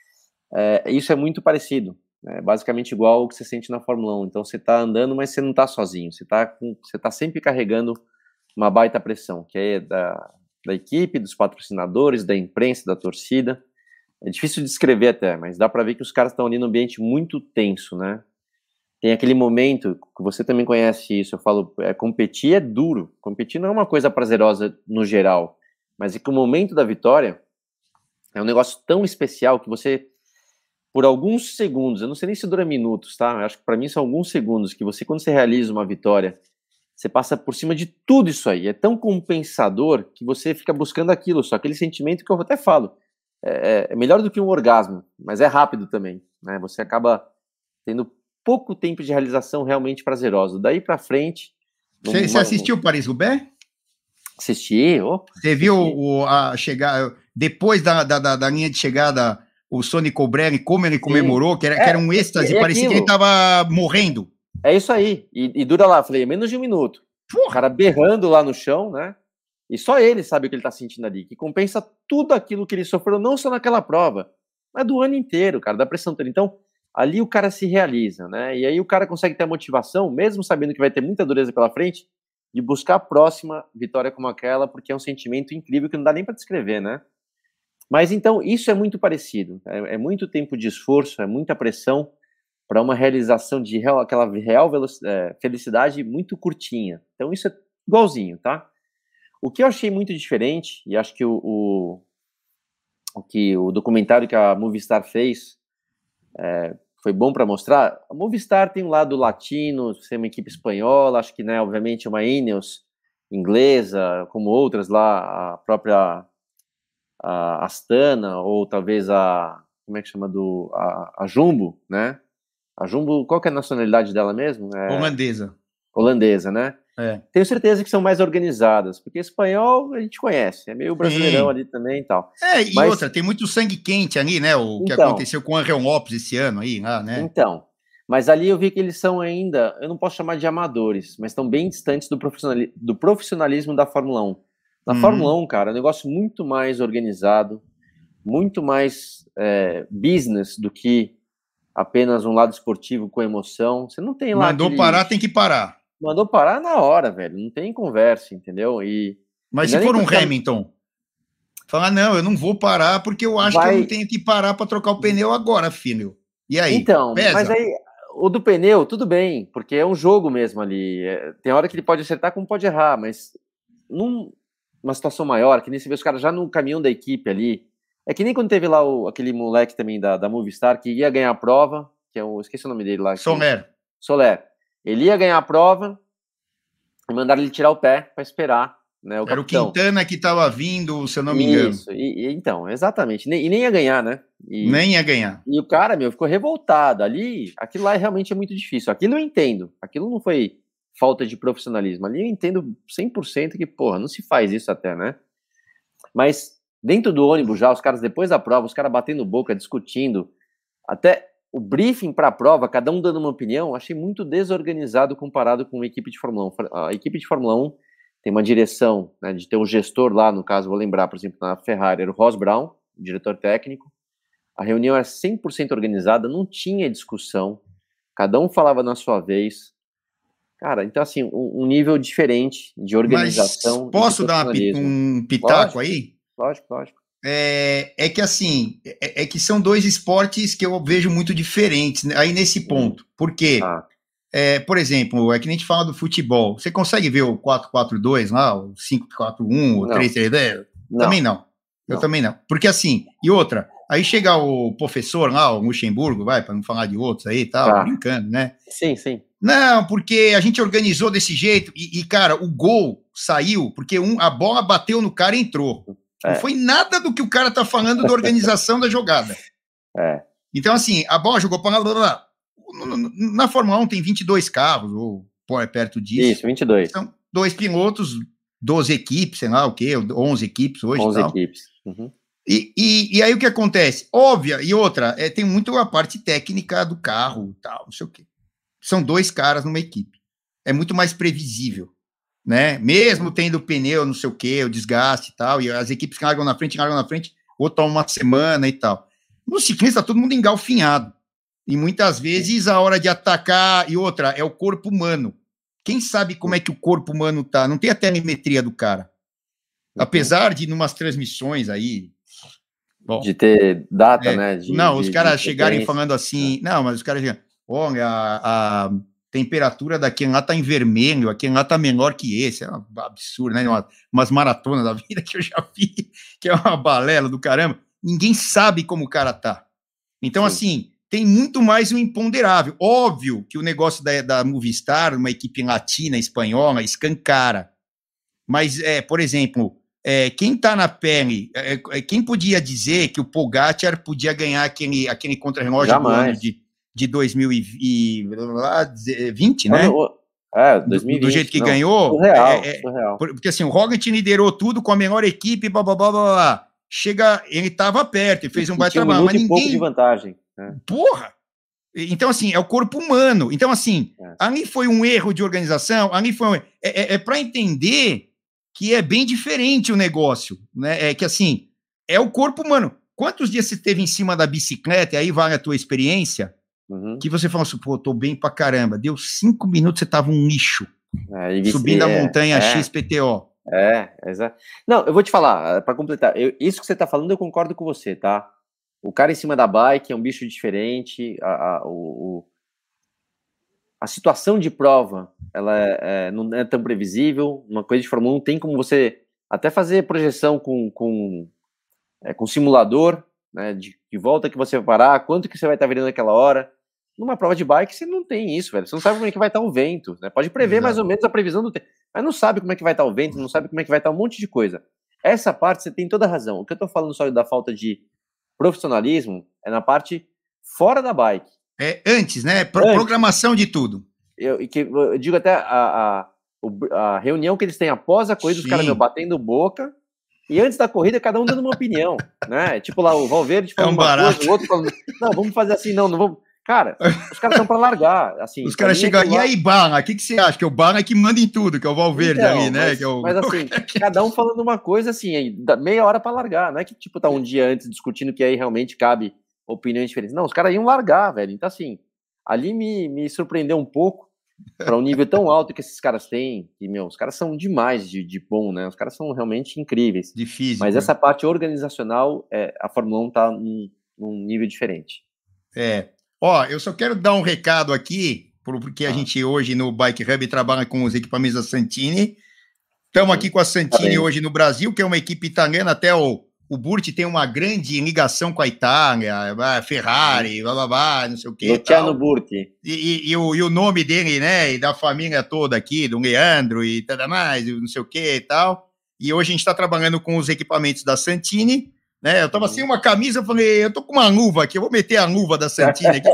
É, isso é muito parecido, é basicamente igual ao que você sente na Fórmula um. Então você está andando, mas você não está sozinho, você está você tá sempre carregando uma baita pressão, que é da, da equipe, dos patrocinadores, da imprensa, da torcida. É difícil de descrever até, mas dá para ver que os caras estão ali num ambiente muito tenso, né? Tem aquele momento, que você também conhece isso, eu falo, é, competir é duro, competir não é uma coisa prazerosa no geral, mas é que o momento da vitória é um negócio tão especial que você, por alguns segundos, eu não sei nem se dura minutos, tá? Eu acho que para mim são alguns segundos que você, quando você realiza uma vitória, você passa por cima de tudo isso aí. É tão compensador que você fica buscando aquilo, só aquele sentimento que eu até falo. É, é melhor do que um orgasmo, mas é rápido também, né? Você acaba tendo pouco tempo de realização realmente prazerosa. Daí para frente... Você, você assistiu o Paris-Roubaix? Assisti, opa, Você viu o, a chegar, depois da, da, da linha de chegada, o Sonny Colbrelli, como ele comemorou, que era, é, que era um êxtase, é, é parecia aquilo. Que ele estava morrendo. É isso aí, e, e dura lá, falei, menos de um minuto. Porra. O cara berrando lá no chão, né? E só ele sabe o que ele tá sentindo ali, que compensa tudo aquilo que ele sofreu, não só naquela prova, mas do ano inteiro, cara, da pressão toda. Então, ali o cara se realiza, né? E aí o cara consegue ter a motivação, mesmo sabendo que vai ter muita dureza pela frente, de buscar a próxima vitória como aquela, porque é um sentimento incrível que não dá nem para descrever, né? Mas então, isso é muito parecido. É, é muito tempo de esforço, é muita pressão para uma realização de real, aquela real é, felicidade muito curtinha. Então, isso é igualzinho, tá? O que eu achei muito diferente, e acho que o, o, o, que o documentário que a Movistar fez é, foi bom para mostrar. A Movistar tem um lado latino, ser uma equipe espanhola, acho que, né, obviamente, uma Ineos inglesa, como outras lá, a própria a Astana, ou talvez a, como é que chama, do, a, a Jumbo, né? A Jumbo, qual que é a nacionalidade dela mesmo? É... Holandesa. Holandesa, né? É. Tenho certeza que são mais organizadas, porque espanhol a gente conhece, é meio brasileirão Sim. ali também e tal. É, e Mas... outra, tem muito sangue quente ali, né? O que então, aconteceu com o Angel Lopes esse ano aí, lá, né? Então, mas ali eu vi que eles são ainda, eu não posso chamar de amadores, mas estão bem distantes do, profissionali do profissionalismo da Fórmula um. Na uhum. Fórmula um, cara, é um negócio muito mais organizado, muito mais é, business do que apenas um lado esportivo com emoção. Você não tem lá. Mandou aquele... parar, tem que parar. Mandou parar na hora, velho. Não tem conversa, entendeu? E, Mas e se for um porque... Hamilton, falar, não, eu não vou parar porque eu acho Vai... que eu não tenho que parar para trocar o pneu agora, filho. E aí? Então, pesa? Mas aí, o do pneu, tudo bem, porque é um jogo mesmo ali. É, tem hora que ele pode acertar como pode errar, mas num, numa situação maior, que nem se vê os caras já no caminhão da equipe ali. É que nem quando teve lá o, aquele moleque também da, da Movistar que ia ganhar a prova, que é o, esqueci o nome dele lá. Soler. Soler. Ele ia ganhar a prova e mandaram ele tirar o pé para esperar, né, o Era capitão. o Quintana que estava vindo, se eu não me Isso, engano. Isso, e, e, então, exatamente. E nem ia ganhar, né? E, nem ia ganhar. E o cara, meu, ficou revoltado. Ali, aquilo lá realmente é muito difícil. Aquilo eu entendo. Aquilo não foi falta de profissionalismo. Ali eu entendo cem por cento que, porra, não se faz isso até, né? Mas dentro do ônibus já, os caras, depois da prova, os caras batendo boca, discutindo, até o briefing para a prova, cada um dando uma opinião, achei muito desorganizado comparado com uma equipe de Fórmula um. A equipe de Fórmula um tem uma direção, né, de ter um gestor lá, no caso, vou lembrar, por exemplo, na Ferrari, era o Ross Brown, diretor técnico. A reunião era cem por cento organizada, não tinha discussão, cada um falava na sua vez. Cara, então assim, um, um nível diferente de organização. Mas posso dar uma, um pitaco lógico, aí? Lógico, lógico. É, é que assim, é, é que são dois esportes que eu vejo muito diferentes aí nesse ponto. Por quê? Ah. é, por exemplo, é que nem a gente fala do futebol. Você consegue ver o quatro quatro dois lá, o cinco quatro um, o três três três? Também não. Eu não. também não. Porque assim, e outra, aí chega o professor lá, o Luxemburgo, vai, para não falar de outros aí e tal, tá. brincando, né? Sim, sim. Não, porque a gente organizou desse jeito e, e cara, o gol saiu porque um, a bola bateu no cara e entrou. É. Não foi nada do que o cara tá falando da organização da jogada. É. Então, assim, a bola jogou para lá. Na Fórmula um tem vinte e dois carros, ou é perto disso. Isso, vinte e dois. São dois pilotos, doze equipes, sei lá o quê, onze equipes hoje. onze tal. equipes. Uhum. E, e, e aí o que acontece? Óbvia, e outra, é, tem muito a parte técnica do carro e tal, não sei o quê. São dois caras numa equipe. É muito mais previsível, né? Mesmo tendo pneu, não sei o quê, o desgaste e tal, e as equipes que largam na frente, largam na frente, outra uma semana e tal. No ciclista, tá todo mundo engalfinhado. E muitas vezes a hora de atacar, e outra, é o corpo humano. Quem sabe como é que o corpo humano tá? Não tem a telemetria do cara. Apesar de, numas transmissões aí... Bom, de ter data, é, né? De, não, de, os caras de chegarem falando assim... É. Não, mas os caras chegam... Olha, a, a temperatura daquele lá tá em vermelho, aquele lá tá menor que esse. É um absurdo, né? Uma, umas maratonas da vida que eu já vi, que é uma balela do caramba. Ninguém sabe como o cara tá. Então, Sim. assim... tem muito mais um imponderável. Óbvio que o negócio da, da Movistar, uma equipe latina, espanhola, escancara. Mas, é, por exemplo, é, quem está na pele, é, é, quem podia dizer que o Pogacar podia ganhar aquele, aquele contra-relógio do ano de, de dois mil e vinte, né? É, dois mil e vinte. Do, do jeito que não, ganhou. Surreal, é, é, surreal. Porque assim, o Roglic liderou tudo com a menor equipe, blá, blá, blá, blá, blá. Chega, ele estava perto, ele fez um baita trabalho, um mas ninguém... pouco de vantagem. É. Porra! Então, assim, é o corpo humano. Então, assim, é. ali foi um erro de organização, ali foi um... É, é, é para entender que é bem diferente o negócio, né? É que, assim, é o corpo humano. Quantos dias você esteve em cima da bicicleta, e aí vale a tua experiência, uhum. que você falou assim, pô, tô bem pra caramba. Deu cinco minutos, você tava um lixo. É, subindo é, a montanha é, X P T O. É, exato. Não, eu vou te falar, para completar, eu, isso que você tá falando, eu concordo com você, tá? O cara em cima da bike é um bicho diferente, a, a, o, a situação de prova, ela é, é, não é tão previsível, uma coisa de Fórmula um tem como você até fazer projeção com, com, é, com simulador, né, de, de volta que você vai parar, quanto que você vai estar virando naquela hora. Numa prova de bike você não tem isso, velho, você não sabe como é que vai estar o vento, né? Pode prever Exato. mais ou menos a previsão do tempo, mas não sabe como é que vai estar o vento, não sabe como é que vai estar um monte de coisa. Essa parte você tem toda a razão. O que eu tô falando só da falta de profissionalismo é na parte fora da bike. É antes, né? Pro antes. Programação de tudo. Eu, que, eu digo até a, a, a reunião que eles têm após a corrida, Sim. os caras meu, batendo boca, e antes da corrida, cada um dando uma opinião, né? Tipo lá, o Valverde falando é um uma barato. coisa, o outro falando, não, vamos fazer assim, não, não vamos... Cara, os caras estão para largar, assim... Os caras chegam, e aí, Barra, o que, que você acha? Que é o Barra é que manda em tudo, que é o Valverde então, ali, né? Mas, que é o... mas assim, cada um falando uma coisa, assim, meia hora para largar, não é que, tipo, tá um dia antes discutindo que aí realmente cabe opiniões diferentes. Não, os caras iam largar, velho. Então, assim, ali me, me surpreendeu um pouco para um nível tão alto que esses caras têm, e, meu, os caras são demais de, de bom, né? Os caras são realmente incríveis. De físico. Mas essa parte organizacional, é, a Fórmula um tá num, num nível diferente. É. Ó, eu só quero dar um recado aqui, porque a ah. gente hoje no Bike Hub trabalha com os equipamentos da Santini. Estamos aqui com a Santini tá hoje no Brasil, que é uma equipe italiana, até o, o Burti tem uma grande ligação com a Itália, a Ferrari, blá, blá, blá, não sei o quê. Luciano Burti. E, e, e, o, e o nome dele, né, e da família toda aqui, do Leandro e tudo mais, não sei o quê e tal. E hoje a gente está trabalhando com os equipamentos da Santini. Né, eu tava sem uma camisa, eu falei, eu tô com uma luva aqui, eu vou meter a luva da Santini aqui,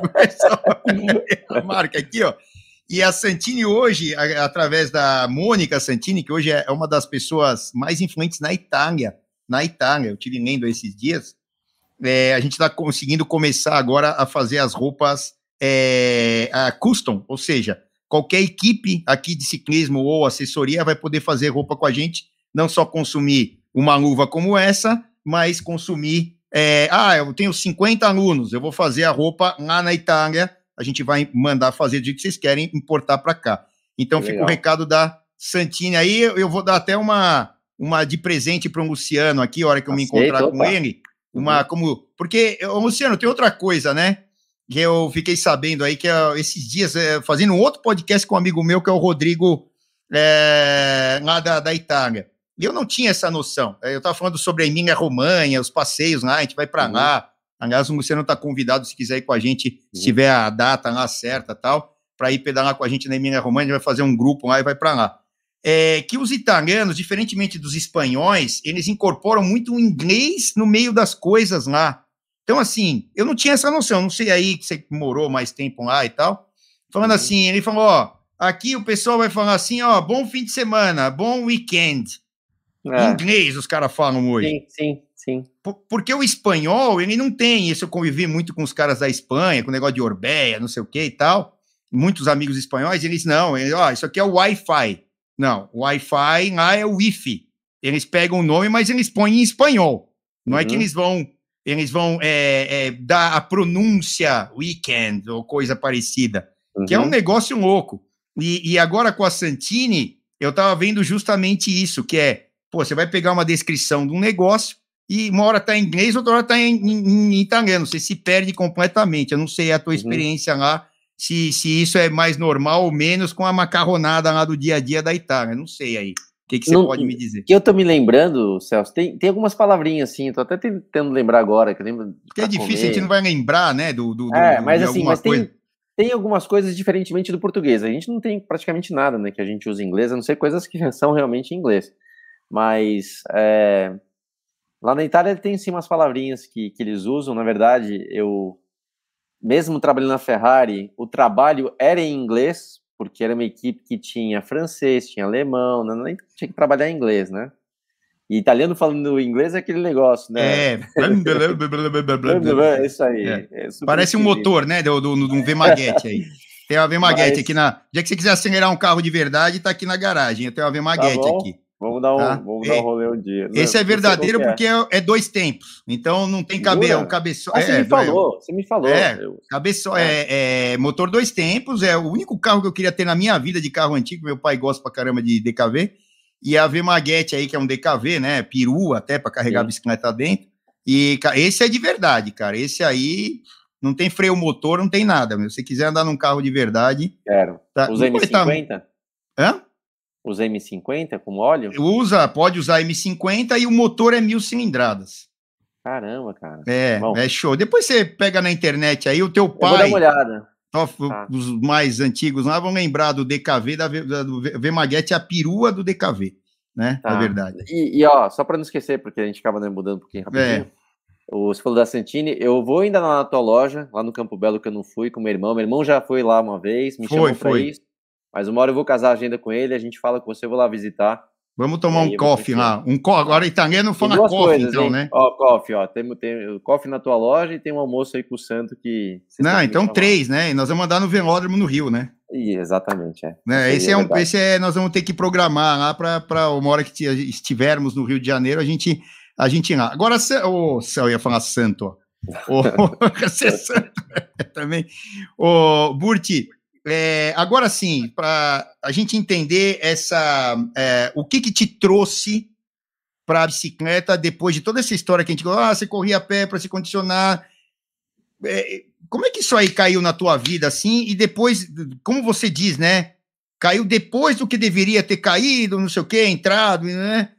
a marca aqui, ó. E a Santini hoje, a, através da Mônica Santini, que hoje é uma das pessoas mais influentes na Itália, na Itália, eu tive lendo esses dias, é, a gente está conseguindo começar agora a fazer as roupas é, a custom, ou seja, qualquer equipe aqui de ciclismo ou assessoria vai poder fazer roupa com a gente, não só consumir uma luva como essa, mas consumir, é, ah, eu tenho cinquenta alunos, eu vou fazer a roupa lá na Itália, a gente vai mandar fazer do jeito que vocês querem, importar para cá. Então fica o recado da Santini aí, eu vou dar até uma, uma de presente para o Luciano aqui, a hora que eu Aceito, me encontrar opa. com ele, uma, como, porque, Luciano, tem outra coisa, né, que eu fiquei sabendo aí que uh, esses dias, uh, fazendo um outro podcast com um amigo meu, que é o Rodrigo, uh, lá da, da Itália. E eu não tinha essa noção. Eu estava falando sobre a Emília-Romanha, os passeios lá, a gente vai para uhum. lá. Aliás, você não está convidado, se quiser ir com a gente, uhum. se tiver a data lá certa e tal, para ir pedalar com a gente na Emília-Romanha, a gente vai fazer um grupo lá e vai para lá. É, que os italianos, diferentemente dos espanhóis, eles incorporam muito o inglês no meio das coisas lá. Então, assim, eu não tinha essa noção, não sei aí que você morou mais tempo lá e tal. Falando uhum. assim, ele falou, ó, aqui o pessoal vai falar assim, ó, bom fim de semana, bom weekend. É. Em inglês os caras falam hoje. Sim, sim, sim. Por, porque o espanhol, ele não tem isso. Eu convivi muito com os caras da Espanha, com o negócio de Orbeia, não sei o que e tal. Muitos amigos espanhóis, eles não, eles, ó, isso aqui é o Wi-Fi. Não, o Wi-Fi lá é o Wi-Fi. Eles pegam o nome, mas eles põem em espanhol. Não uhum. é que eles vão, eles vão é, é, dar a pronúncia weekend ou coisa parecida, uhum. que é um negócio louco. E, e agora com a Santini, eu tava vendo justamente isso, que é, pô, você vai pegar uma descrição de um negócio e uma hora tá em inglês, outra hora tá em, em, em italiano. Você se perde completamente. Eu não sei a tua uhum. experiência lá, Se, se isso é mais normal ou menos com a macarronada lá do dia a dia da Itália. Não sei aí. O que, que você não, pode me dizer? Que eu tô me lembrando, Celso, tem, tem algumas palavrinhas assim, tô até tentando lembrar agora. Que eu lembro Porque é difícil, comer. A gente não vai lembrar, né, do, do, é, do, mas de assim, alguma mas coisa. Tem, tem algumas coisas diferentemente do português. A gente não tem praticamente nada, né, que a gente usa em inglês, a não ser coisas que são realmente em inglês. Mas é, lá na Itália tem sim umas palavrinhas que, que eles usam. Na verdade, eu... mesmo trabalhando na Ferrari, o trabalho era em inglês, porque era uma equipe que tinha francês, tinha alemão, não, nem tinha que trabalhar em inglês, né? E italiano falando inglês é aquele negócio, né? É. É isso aí. É. É parece um motor, né? Do, do, do, do V-Maguete aí. Tem uma V-Maguete Mas... aqui na... Já que você quiser acelerar um carro de verdade, tá aqui na garagem. Tem uma V-Maguete tá aqui. Vamos dar um, tá? vamos dar um rolê um dia. Esse não, é verdadeiro porque é. É dois tempos. Então não tem cabe, um cabeçote. Ah, você é, me falou, é, você me falou. É, eu... cabeço, é. É, é motor dois tempos. É o único carro que eu queria ter na minha vida de carro antigo. Meu pai gosta pra caramba de D K V. E a V-Maguete aí, que é um D K V, né? Peru até para carregar Sim. a bicicleta dentro. E esse é de verdade, cara. Esse aí não tem freio motor, não tem nada. Meu. Se você quiser andar num carro de verdade. Quero. Tá, Os M cinquenta? Tá... Hã? Os M cinquenta com óleo? Usa, pode usar M cinquenta e o motor é mil cilindradas. Caramba, cara. É, Bom. é show. Depois você pega na internet aí, o teu pai... Eu vou dar uma olhada. Ó, tá. Os mais antigos lá vão lembrar do D K V, da, da do V-Maguete, a perua do D K V, né? Tá. Na verdade. E, e ó, só para não esquecer, porque a gente acaba né, mudando um pouquinho rapidinho. É. Você falou da Santini, eu vou ainda na tua loja, lá no Campo Belo, que eu não fui com meu irmão. Meu irmão já foi lá uma vez, me foi, chamou pra foi. isso. Mas uma hora eu vou casar a agenda com ele, a gente fala com você, eu vou lá visitar. Vamos tomar um coffee lá. Um co... Agora italiano fala coffee, coisas, então, hein? né? Ó, coffee, ó. Tem, tem coffee na tua loja e tem um almoço aí com o Santo que... Não, então três, né? E nós vamos andar no velódromo no Rio, né? E, exatamente, é. Né? Esse, é um, esse é... Nós vamos ter que programar lá para uma hora que estivermos no Rio de Janeiro, a gente, a gente ir lá. Agora, o oh, céu, eu ia falar Santo, ó. Oh, você é Santo também. Ô, oh, Burti... É, agora sim, para a gente entender essa, é, o que, que te trouxe para a bicicleta depois de toda essa história que a gente falou, ah, você corria a pé para se condicionar, é, como é que isso aí caiu na tua vida assim, e depois, como você diz, né, caiu depois do que deveria ter caído, não sei o que, entrado, né,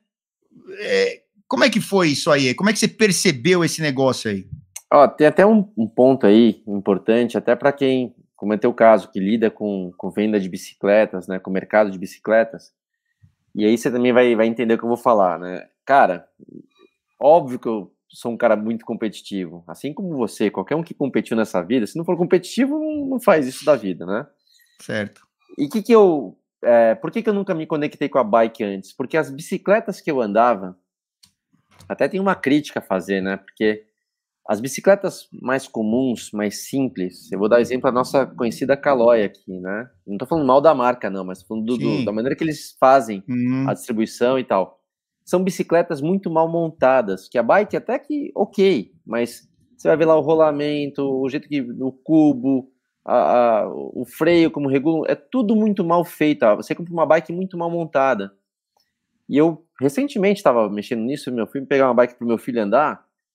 é, como é que foi isso aí, como é que você percebeu esse negócio aí? Ó, tem até um, um ponto aí importante, até para quem como é teu caso, que lida com, com venda de bicicletas, né, com o mercado de bicicletas, e aí você também vai, vai entender o que eu vou falar, né, cara, óbvio que eu sou um cara muito competitivo, assim como você, qualquer um que competiu nessa vida, se não for competitivo, não faz isso da vida, né. Certo. E que que eu, é, por que que eu nunca me conectei com a bike antes? Porque as bicicletas que eu andava, até tem uma crítica a fazer, né, porque as bicicletas mais comuns, mais simples, eu vou dar exemplo da nossa conhecida Caloi aqui, né? Não tô falando mal da marca, não, mas falando do, do, da maneira que eles fazem uhum. a distribuição e tal. São bicicletas muito mal montadas, que a bike até que ok, mas você vai ver lá o rolamento, o jeito que o cubo, a, a, o freio, como regula, é tudo muito mal feito. Ó. Você compra uma bike muito mal montada. E eu recentemente estava mexendo nisso, meu filho pegar uma bike pro meu filho andar.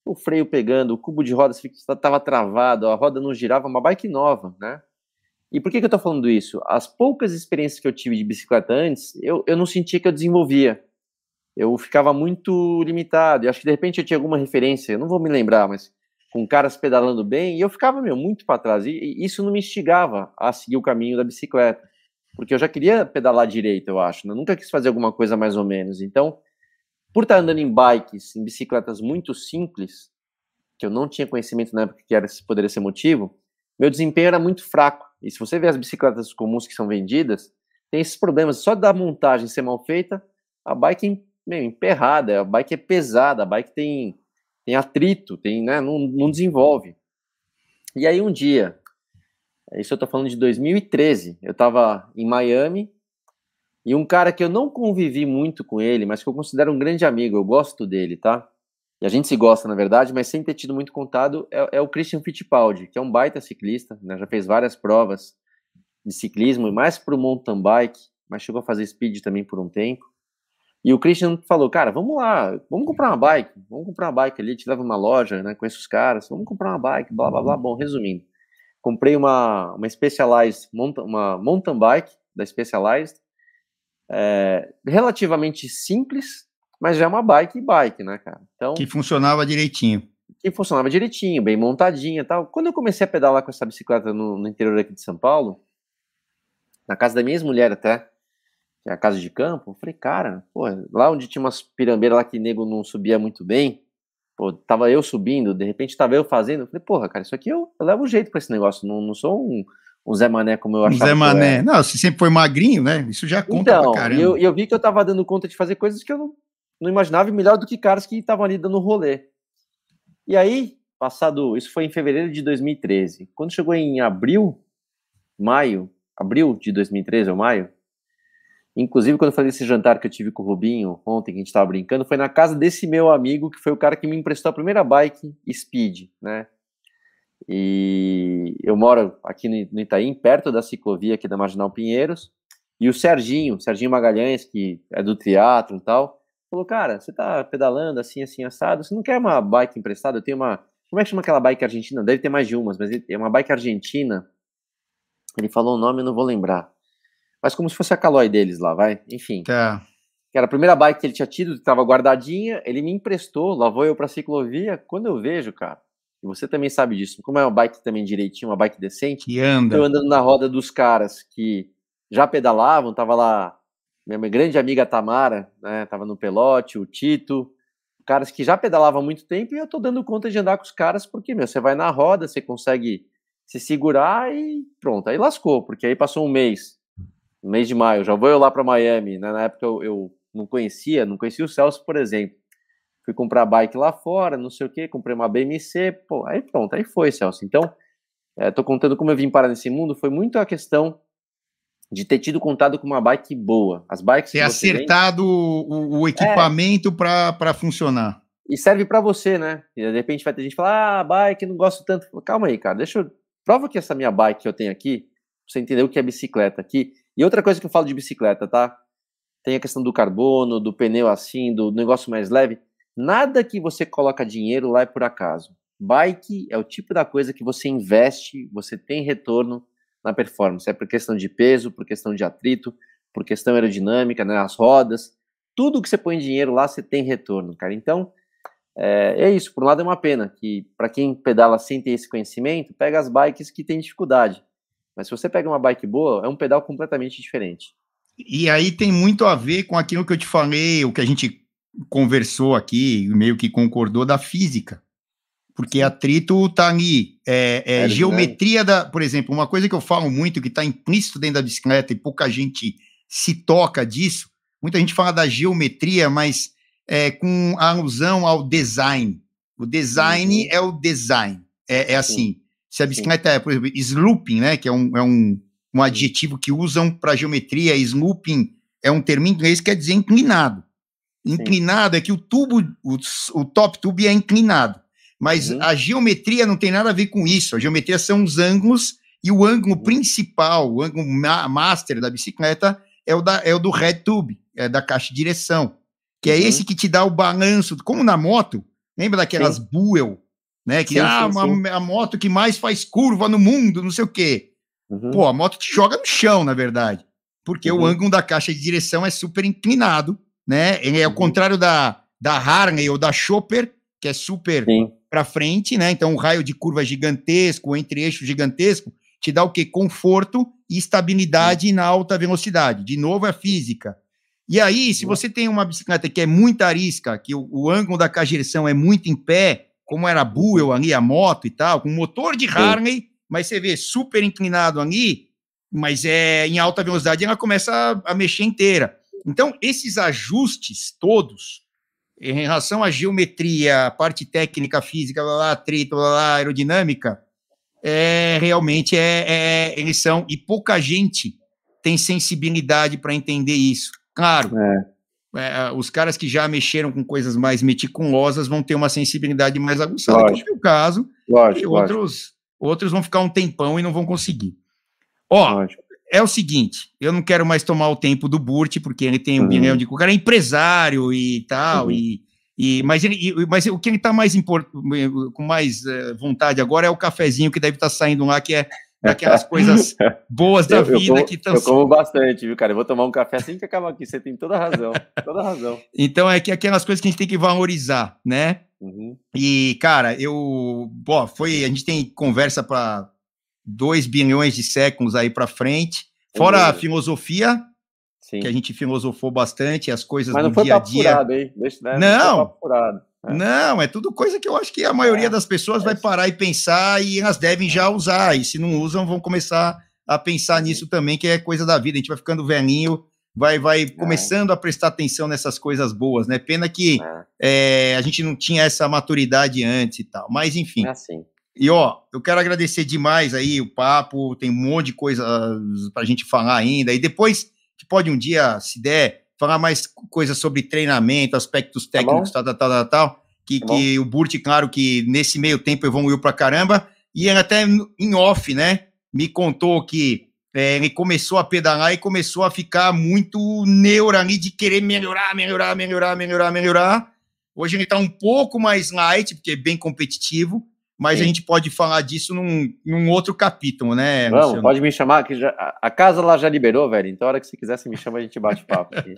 o freio pegando, o cubo de rodas estava travado, a roda não girava, uma bike nova, né? E por que, que eu tô falando isso? As poucas experiências que eu tive de bicicleta antes, eu, eu não sentia que eu desenvolvia. Eu ficava muito limitado. Eu acho que de repente eu tinha alguma referência, eu não vou me lembrar, mas com caras pedalando bem, e eu ficava, meu, muito para trás. E, e isso não me instigava a seguir o caminho da bicicleta, porque eu já queria pedalar direito, eu acho. Né? Eu nunca quis fazer alguma coisa mais ou menos. Então, por estar andando em bikes, em bicicletas muito simples, que eu não tinha conhecimento na época que era, poderia ser motivo, meu desempenho era muito fraco. E se você vê as bicicletas comuns que são vendidas, tem esses problemas. Só da montagem ser mal feita, a bike é meio emperrada, a bike é pesada, a bike tem, tem atrito, tem, né, não, não desenvolve. E aí um dia, isso eu tô falando de dois mil e treze, eu tava em Miami, e um cara que eu não convivi muito com ele, mas que eu considero um grande amigo, eu gosto dele, tá? E a gente se gosta, na verdade, mas sem ter tido muito contato, é, é o Christian Fittipaldi, que é um baita ciclista, né, já fez várias provas de ciclismo, e mais pro mountain bike, mas chegou a fazer speed também por um tempo. E o Christian falou, cara, vamos lá, vamos comprar uma bike, vamos comprar uma bike ali, te leva uma loja, né, conheço os caras, vamos comprar uma bike, blá, blá, blá. Bom, resumindo, comprei uma, uma Specialized, uma mountain bike da Specialized, é, relativamente simples, mas já é uma bike bike, né, cara? Então, que funcionava direitinho. Que funcionava direitinho, bem montadinha e tal. Quando eu comecei a pedalar com essa bicicleta no, no interior aqui de São Paulo, na casa da minha ex-mulher até, que é a casa de campo, eu falei, cara, pô, lá onde tinha umas pirambeiras lá que nego não subia muito bem, pô, tava eu subindo, de repente tava eu fazendo, eu falei, porra, cara, isso aqui eu, eu levo jeito pra esse negócio, não, não sou um, um Zé Mané como eu achava. Um Zé Mané, não, você sempre foi magrinho, né, isso já conta então, pra caramba. E eu, eu vi que eu tava dando conta de fazer coisas que eu não, não imaginava, e melhor do que caras que estavam ali dando rolê. E aí, passado, isso foi em fevereiro de dois mil e treze, quando chegou em abril, maio, abril de dois mil e treze ou maio, inclusive quando eu falei esse jantar que eu tive com o Rubinho ontem, que a gente tava brincando, foi na casa desse meu amigo, que foi o cara que me emprestou a primeira bike Speed, né, e eu moro aqui no Itaim, perto da ciclovia aqui da Marginal Pinheiros, e o Serginho, Serginho Magalhães, que é do triatlo e tal, falou, cara, você tá pedalando assim, assim, assado, você não quer uma bike emprestada? Eu tenho uma, como é que chama aquela bike argentina? Deve ter mais de umas, mas é uma bike argentina, ele falou o nome, eu não vou lembrar, mas como se fosse a Caloi deles lá, vai, enfim. Tá. Que era a primeira bike que ele tinha tido, que estava guardadinha, ele me emprestou, lá vou eu pra ciclovia, quando eu vejo, cara, e você também sabe disso, como é uma bike também direitinho, uma bike decente, que anda. eu andando na roda dos caras que já pedalavam, tava lá, minha grande amiga Tamara, né, tava no pelote, o Tito, caras que já pedalavam há muito tempo, e eu tô dando conta de andar com os caras, porque, meu, você vai na roda, você consegue se segurar e pronto, aí lascou, porque aí passou um mês, no mês de maio, já vou eu lá pra Miami, né, na época eu, eu não conhecia, não conhecia o Celso, por exemplo, fui comprar bike lá fora, não sei o que, comprei uma B M C, pô, aí pronto, aí foi, Celso. Então, é, tô contando como eu vim parar nesse mundo, foi muito a questão de ter tido contato com uma bike boa. As bikes ter acertado o, o equipamento é, para funcionar. E serve para você, né? E de repente vai ter gente que falar, ah, bike, não gosto tanto. Calma aí, cara, deixa eu... Prova que essa minha bike que eu tenho aqui, pra você entender o que é bicicleta aqui. E outra coisa que eu falo de bicicleta, tá? Tem a questão do carbono, do pneu assim, do negócio mais leve. Nada que você coloca dinheiro lá é por acaso. Bike é o tipo da coisa que você investe, você tem retorno na performance. É por questão de peso, por questão de atrito, por questão aerodinâmica, né, as rodas. Tudo que você põe dinheiro lá, você tem retorno, cara. Então, é, é isso. Por um lado é uma pena, que para quem pedala sem ter esse conhecimento, pega as bikes que tem dificuldade. Mas se você pega uma bike boa, é um pedal completamente diferente. E aí tem muito a ver com aquilo que eu te falei, o que a gente conversou aqui, meio que concordou, da física. Porque atrito tá ali, é, é, geometria da... Por exemplo, uma coisa que eu falo muito, que está implícito dentro da bicicleta e pouca gente se toca disso, muita gente fala da geometria, mas é, com alusão ao design. O design uhum. é o design. É, é assim, se a bicicleta Sim. é, por exemplo, sloping, né, que é um, é um, um adjetivo que usam para geometria, sloping é um termo em inglês que quer dizer inclinado. Inclinado Sim. é que o tubo, o, o top tube é inclinado. Mas uhum. a geometria não tem nada a ver com isso. A geometria são os ângulos, e o ângulo uhum. principal, o ângulo ma master da bicicleta é o, da, é o do head tube, é da caixa de direção, que uhum. é esse que te dá o balanço. Como na moto, Lembra daquelas Sim. Buell, né? Que, sim, ah, sim, uma, sim. a moto que mais faz curva no mundo, não sei o quê. Uhum. Pô, a moto te joga no chão, na verdade. Porque uhum. o ângulo da caixa de direção é super inclinado, né? Ele é uhum. ao contrário da, da Harley ou da Chopper, que é super para frente, né? Então, o raio de curva gigantesco, o entre-eixo gigantesco, te dá o quê? Conforto e estabilidade uhum. na alta velocidade. De novo, é física. E aí, se você tem uma bicicleta que é muita arisca, que o, o ângulo da caixa de direção é muito em pé, como era a Buell ali, a moto e tal, com motor de Harley, Sim. mas você vê super inclinado ali, mas é em alta velocidade, ela começa a, a mexer inteira. Então, esses ajustes todos, em relação à geometria, parte técnica, física, blá, blá, atrito, blá, blá, aerodinâmica, é, realmente é, é, eles são, e pouca gente tem sensibilidade para entender isso. Claro, é. É, os caras que já mexeram com coisas mais meticulosas vão ter uma sensibilidade mais aguçada, como é o caso, lógico, e outros, lógico. outros vão ficar um tempão e não vão conseguir. Ó, lógico. É o seguinte, eu não quero mais tomar o tempo do Burt, porque ele tem um uhum. bilhão de... O cara é empresário e tal, uhum. e, e, mas, ele, e, mas o que ele está mais import, com mais uh, vontade agora é o cafezinho que deve estar tá saindo lá, que é daquelas coisas boas da eu, vida eu como, que estão... Eu como bastante, viu, cara? Eu vou tomar um café assim que acabar aqui, você tem toda a razão, toda a razão. Então, é que aquelas coisas que a gente tem que valorizar, né? Uhum. E, cara, eu... Bom, foi... A gente tem conversa para dois bilhões de séculos aí para frente, fora uhum. a filosofia, Sim. que a gente filosofou bastante, as coisas Mas não do foi dia a dia. Furado, hein? Deixa, né? Não! Não foi É. Não, é tudo coisa que eu acho que a maioria é, das pessoas é vai parar e pensar e elas devem já usar, e se não usam, vão começar a pensar uhum. nisso também, que é coisa da vida, a gente vai ficando velhinho, vai, vai é. começando a prestar atenção nessas coisas boas, né? Pena que é. É, a gente não tinha essa maturidade antes e tal, mas enfim. É assim. E ó, eu quero agradecer demais aí o papo, tem um monte de coisa pra gente falar ainda, e depois, que pode um dia, se der, falar mais coisas sobre treinamento, aspectos técnicos, tá tal, tal, tal, tal, que, tá que o Burt, claro que nesse meio tempo evoluiu pra caramba, e ele até em off, né, me contou que é, ele começou a pedalar e começou a ficar muito neura ali de querer melhorar, melhorar, melhorar, melhorar, melhorar. Hoje ele tá um pouco mais light, porque é bem competitivo, mas Sim. a gente pode falar disso num, num outro capítulo, né, Vamos, Luciano? Pode me chamar, que já, a casa lá já liberou, velho, então a hora que você quiser, você me chama, a gente bate papo aqui.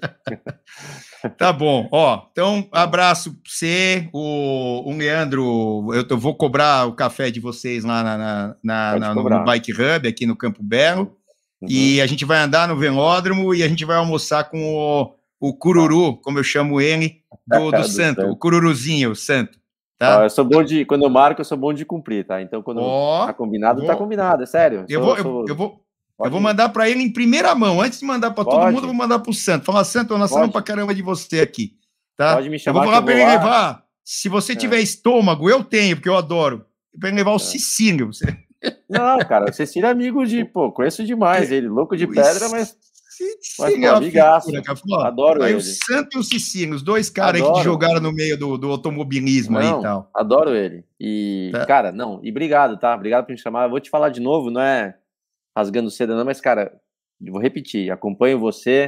Tá bom, ó, então abraço pra você, o, o Leandro, eu, eu vou cobrar o café de vocês lá na, na, na, na no Bike Hub, aqui no Campo Belo, uhum. e a gente vai andar no velódromo e a gente vai almoçar com o, o Cururu, como eu chamo ele, do, do, do Santo, Santo, o Cururuzinho, o Santo. Tá? Ah, eu sou bom de, quando eu marco, eu sou bom de cumprir, tá? Então, quando oh, tá combinado, vou, tá combinado, é sério. Eu, sou, vou, eu, sou... eu vou, eu vou mandar para ele em primeira mão, antes de mandar para todo mundo, eu vou mandar pro Santo. Falar, Santo, nós falamos pra caramba de você aqui, tá? Pode me chamar. Eu vou falar para ele lá. levar, se você é. tiver estômago, eu tenho, porque eu adoro, para ele levar o é. Cecílio. Você... Não, cara, o Cecílio é amigo de, pô, conheço demais ele, louco de pedra, mas... Mas, pô, amigaço, adoro aí ele. O Santo e o Cecílio, os dois caras aí que jogaram no meio do, do automobilismo não, aí e tal. Adoro ele. E, tá. cara, não, e obrigado, tá? Obrigado por me chamar. Eu vou te falar de novo, não é rasgando seda não, mas, cara, eu vou repetir, acompanho você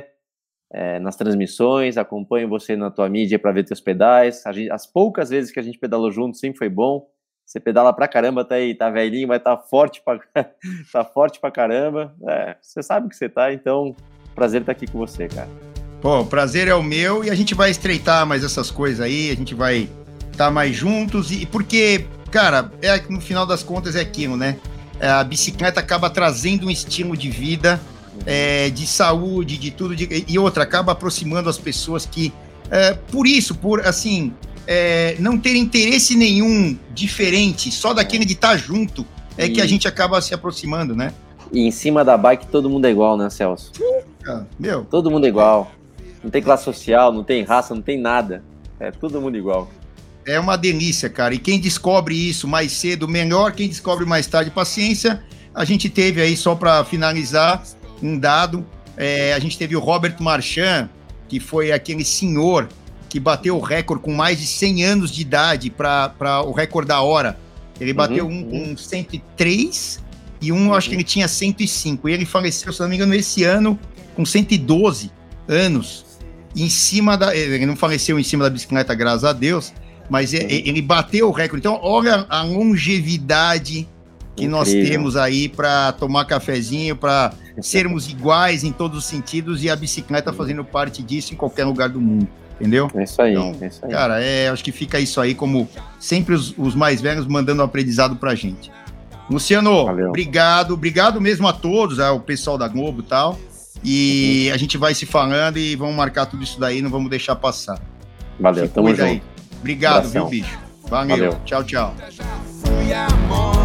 é, nas transmissões, acompanho você na tua mídia pra ver teus pedais. A gente, as poucas vezes que a gente pedalou junto, sempre foi bom. Você pedala pra caramba, tá aí, tá velhinho, mas tá forte pra, tá forte pra caramba. É, você sabe que você tá, então... Prazer estar aqui com você, cara. Pô, o prazer é o meu e a gente vai estreitar mais essas coisas aí, a gente vai estar mais juntos, e porque, cara, é, no final das contas é aquilo, né? A bicicleta acaba trazendo um estilo de vida, uhum. é, de saúde, de tudo, de, e outra, acaba aproximando as pessoas que, é, por isso, por, assim, é, não ter interesse nenhum diferente, só daquele de estar junto, é e... que a gente acaba se aproximando, né? E em cima da bike todo mundo é igual, né, Celso? Meu. Todo mundo é igual. Não tem classe social, não tem raça, não tem nada. É todo mundo igual. É uma delícia, cara. E quem descobre isso mais cedo, melhor. Quem descobre mais tarde, paciência. A gente teve aí, só para finalizar, um dado. É, a gente teve o Robert Marchand, que foi aquele senhor que bateu o recorde com mais de cem anos de idade para o recorde da hora. Ele bateu uhum, um com uhum. cento e três e um, uhum. acho que ele tinha cento e cinco. E ele faleceu, se não me engano, esse ano, com cento e doze anos, em cima da... Ele não faleceu em cima da bicicleta, graças a Deus, mas é, ele bateu o recorde. Então, olha a longevidade que Incrível. Nós temos aí para tomar cafezinho, para sermos iguais em todos os sentidos e a bicicleta fazendo parte disso em qualquer lugar do mundo, entendeu? É isso aí, então, é isso aí. Cara, é, acho que fica isso aí como sempre os, os mais velhos mandando um aprendizado pra gente. Luciano, Valeu. obrigado, obrigado mesmo a todos, ao pessoal da Globo e tal, e uhum. a gente vai se falando e vamos marcar tudo isso daí, não vamos deixar passar. Valeu, se tamo junto. Aí. Obrigado, Abração. viu, bicho? Valeu. Valeu. Tchau, tchau.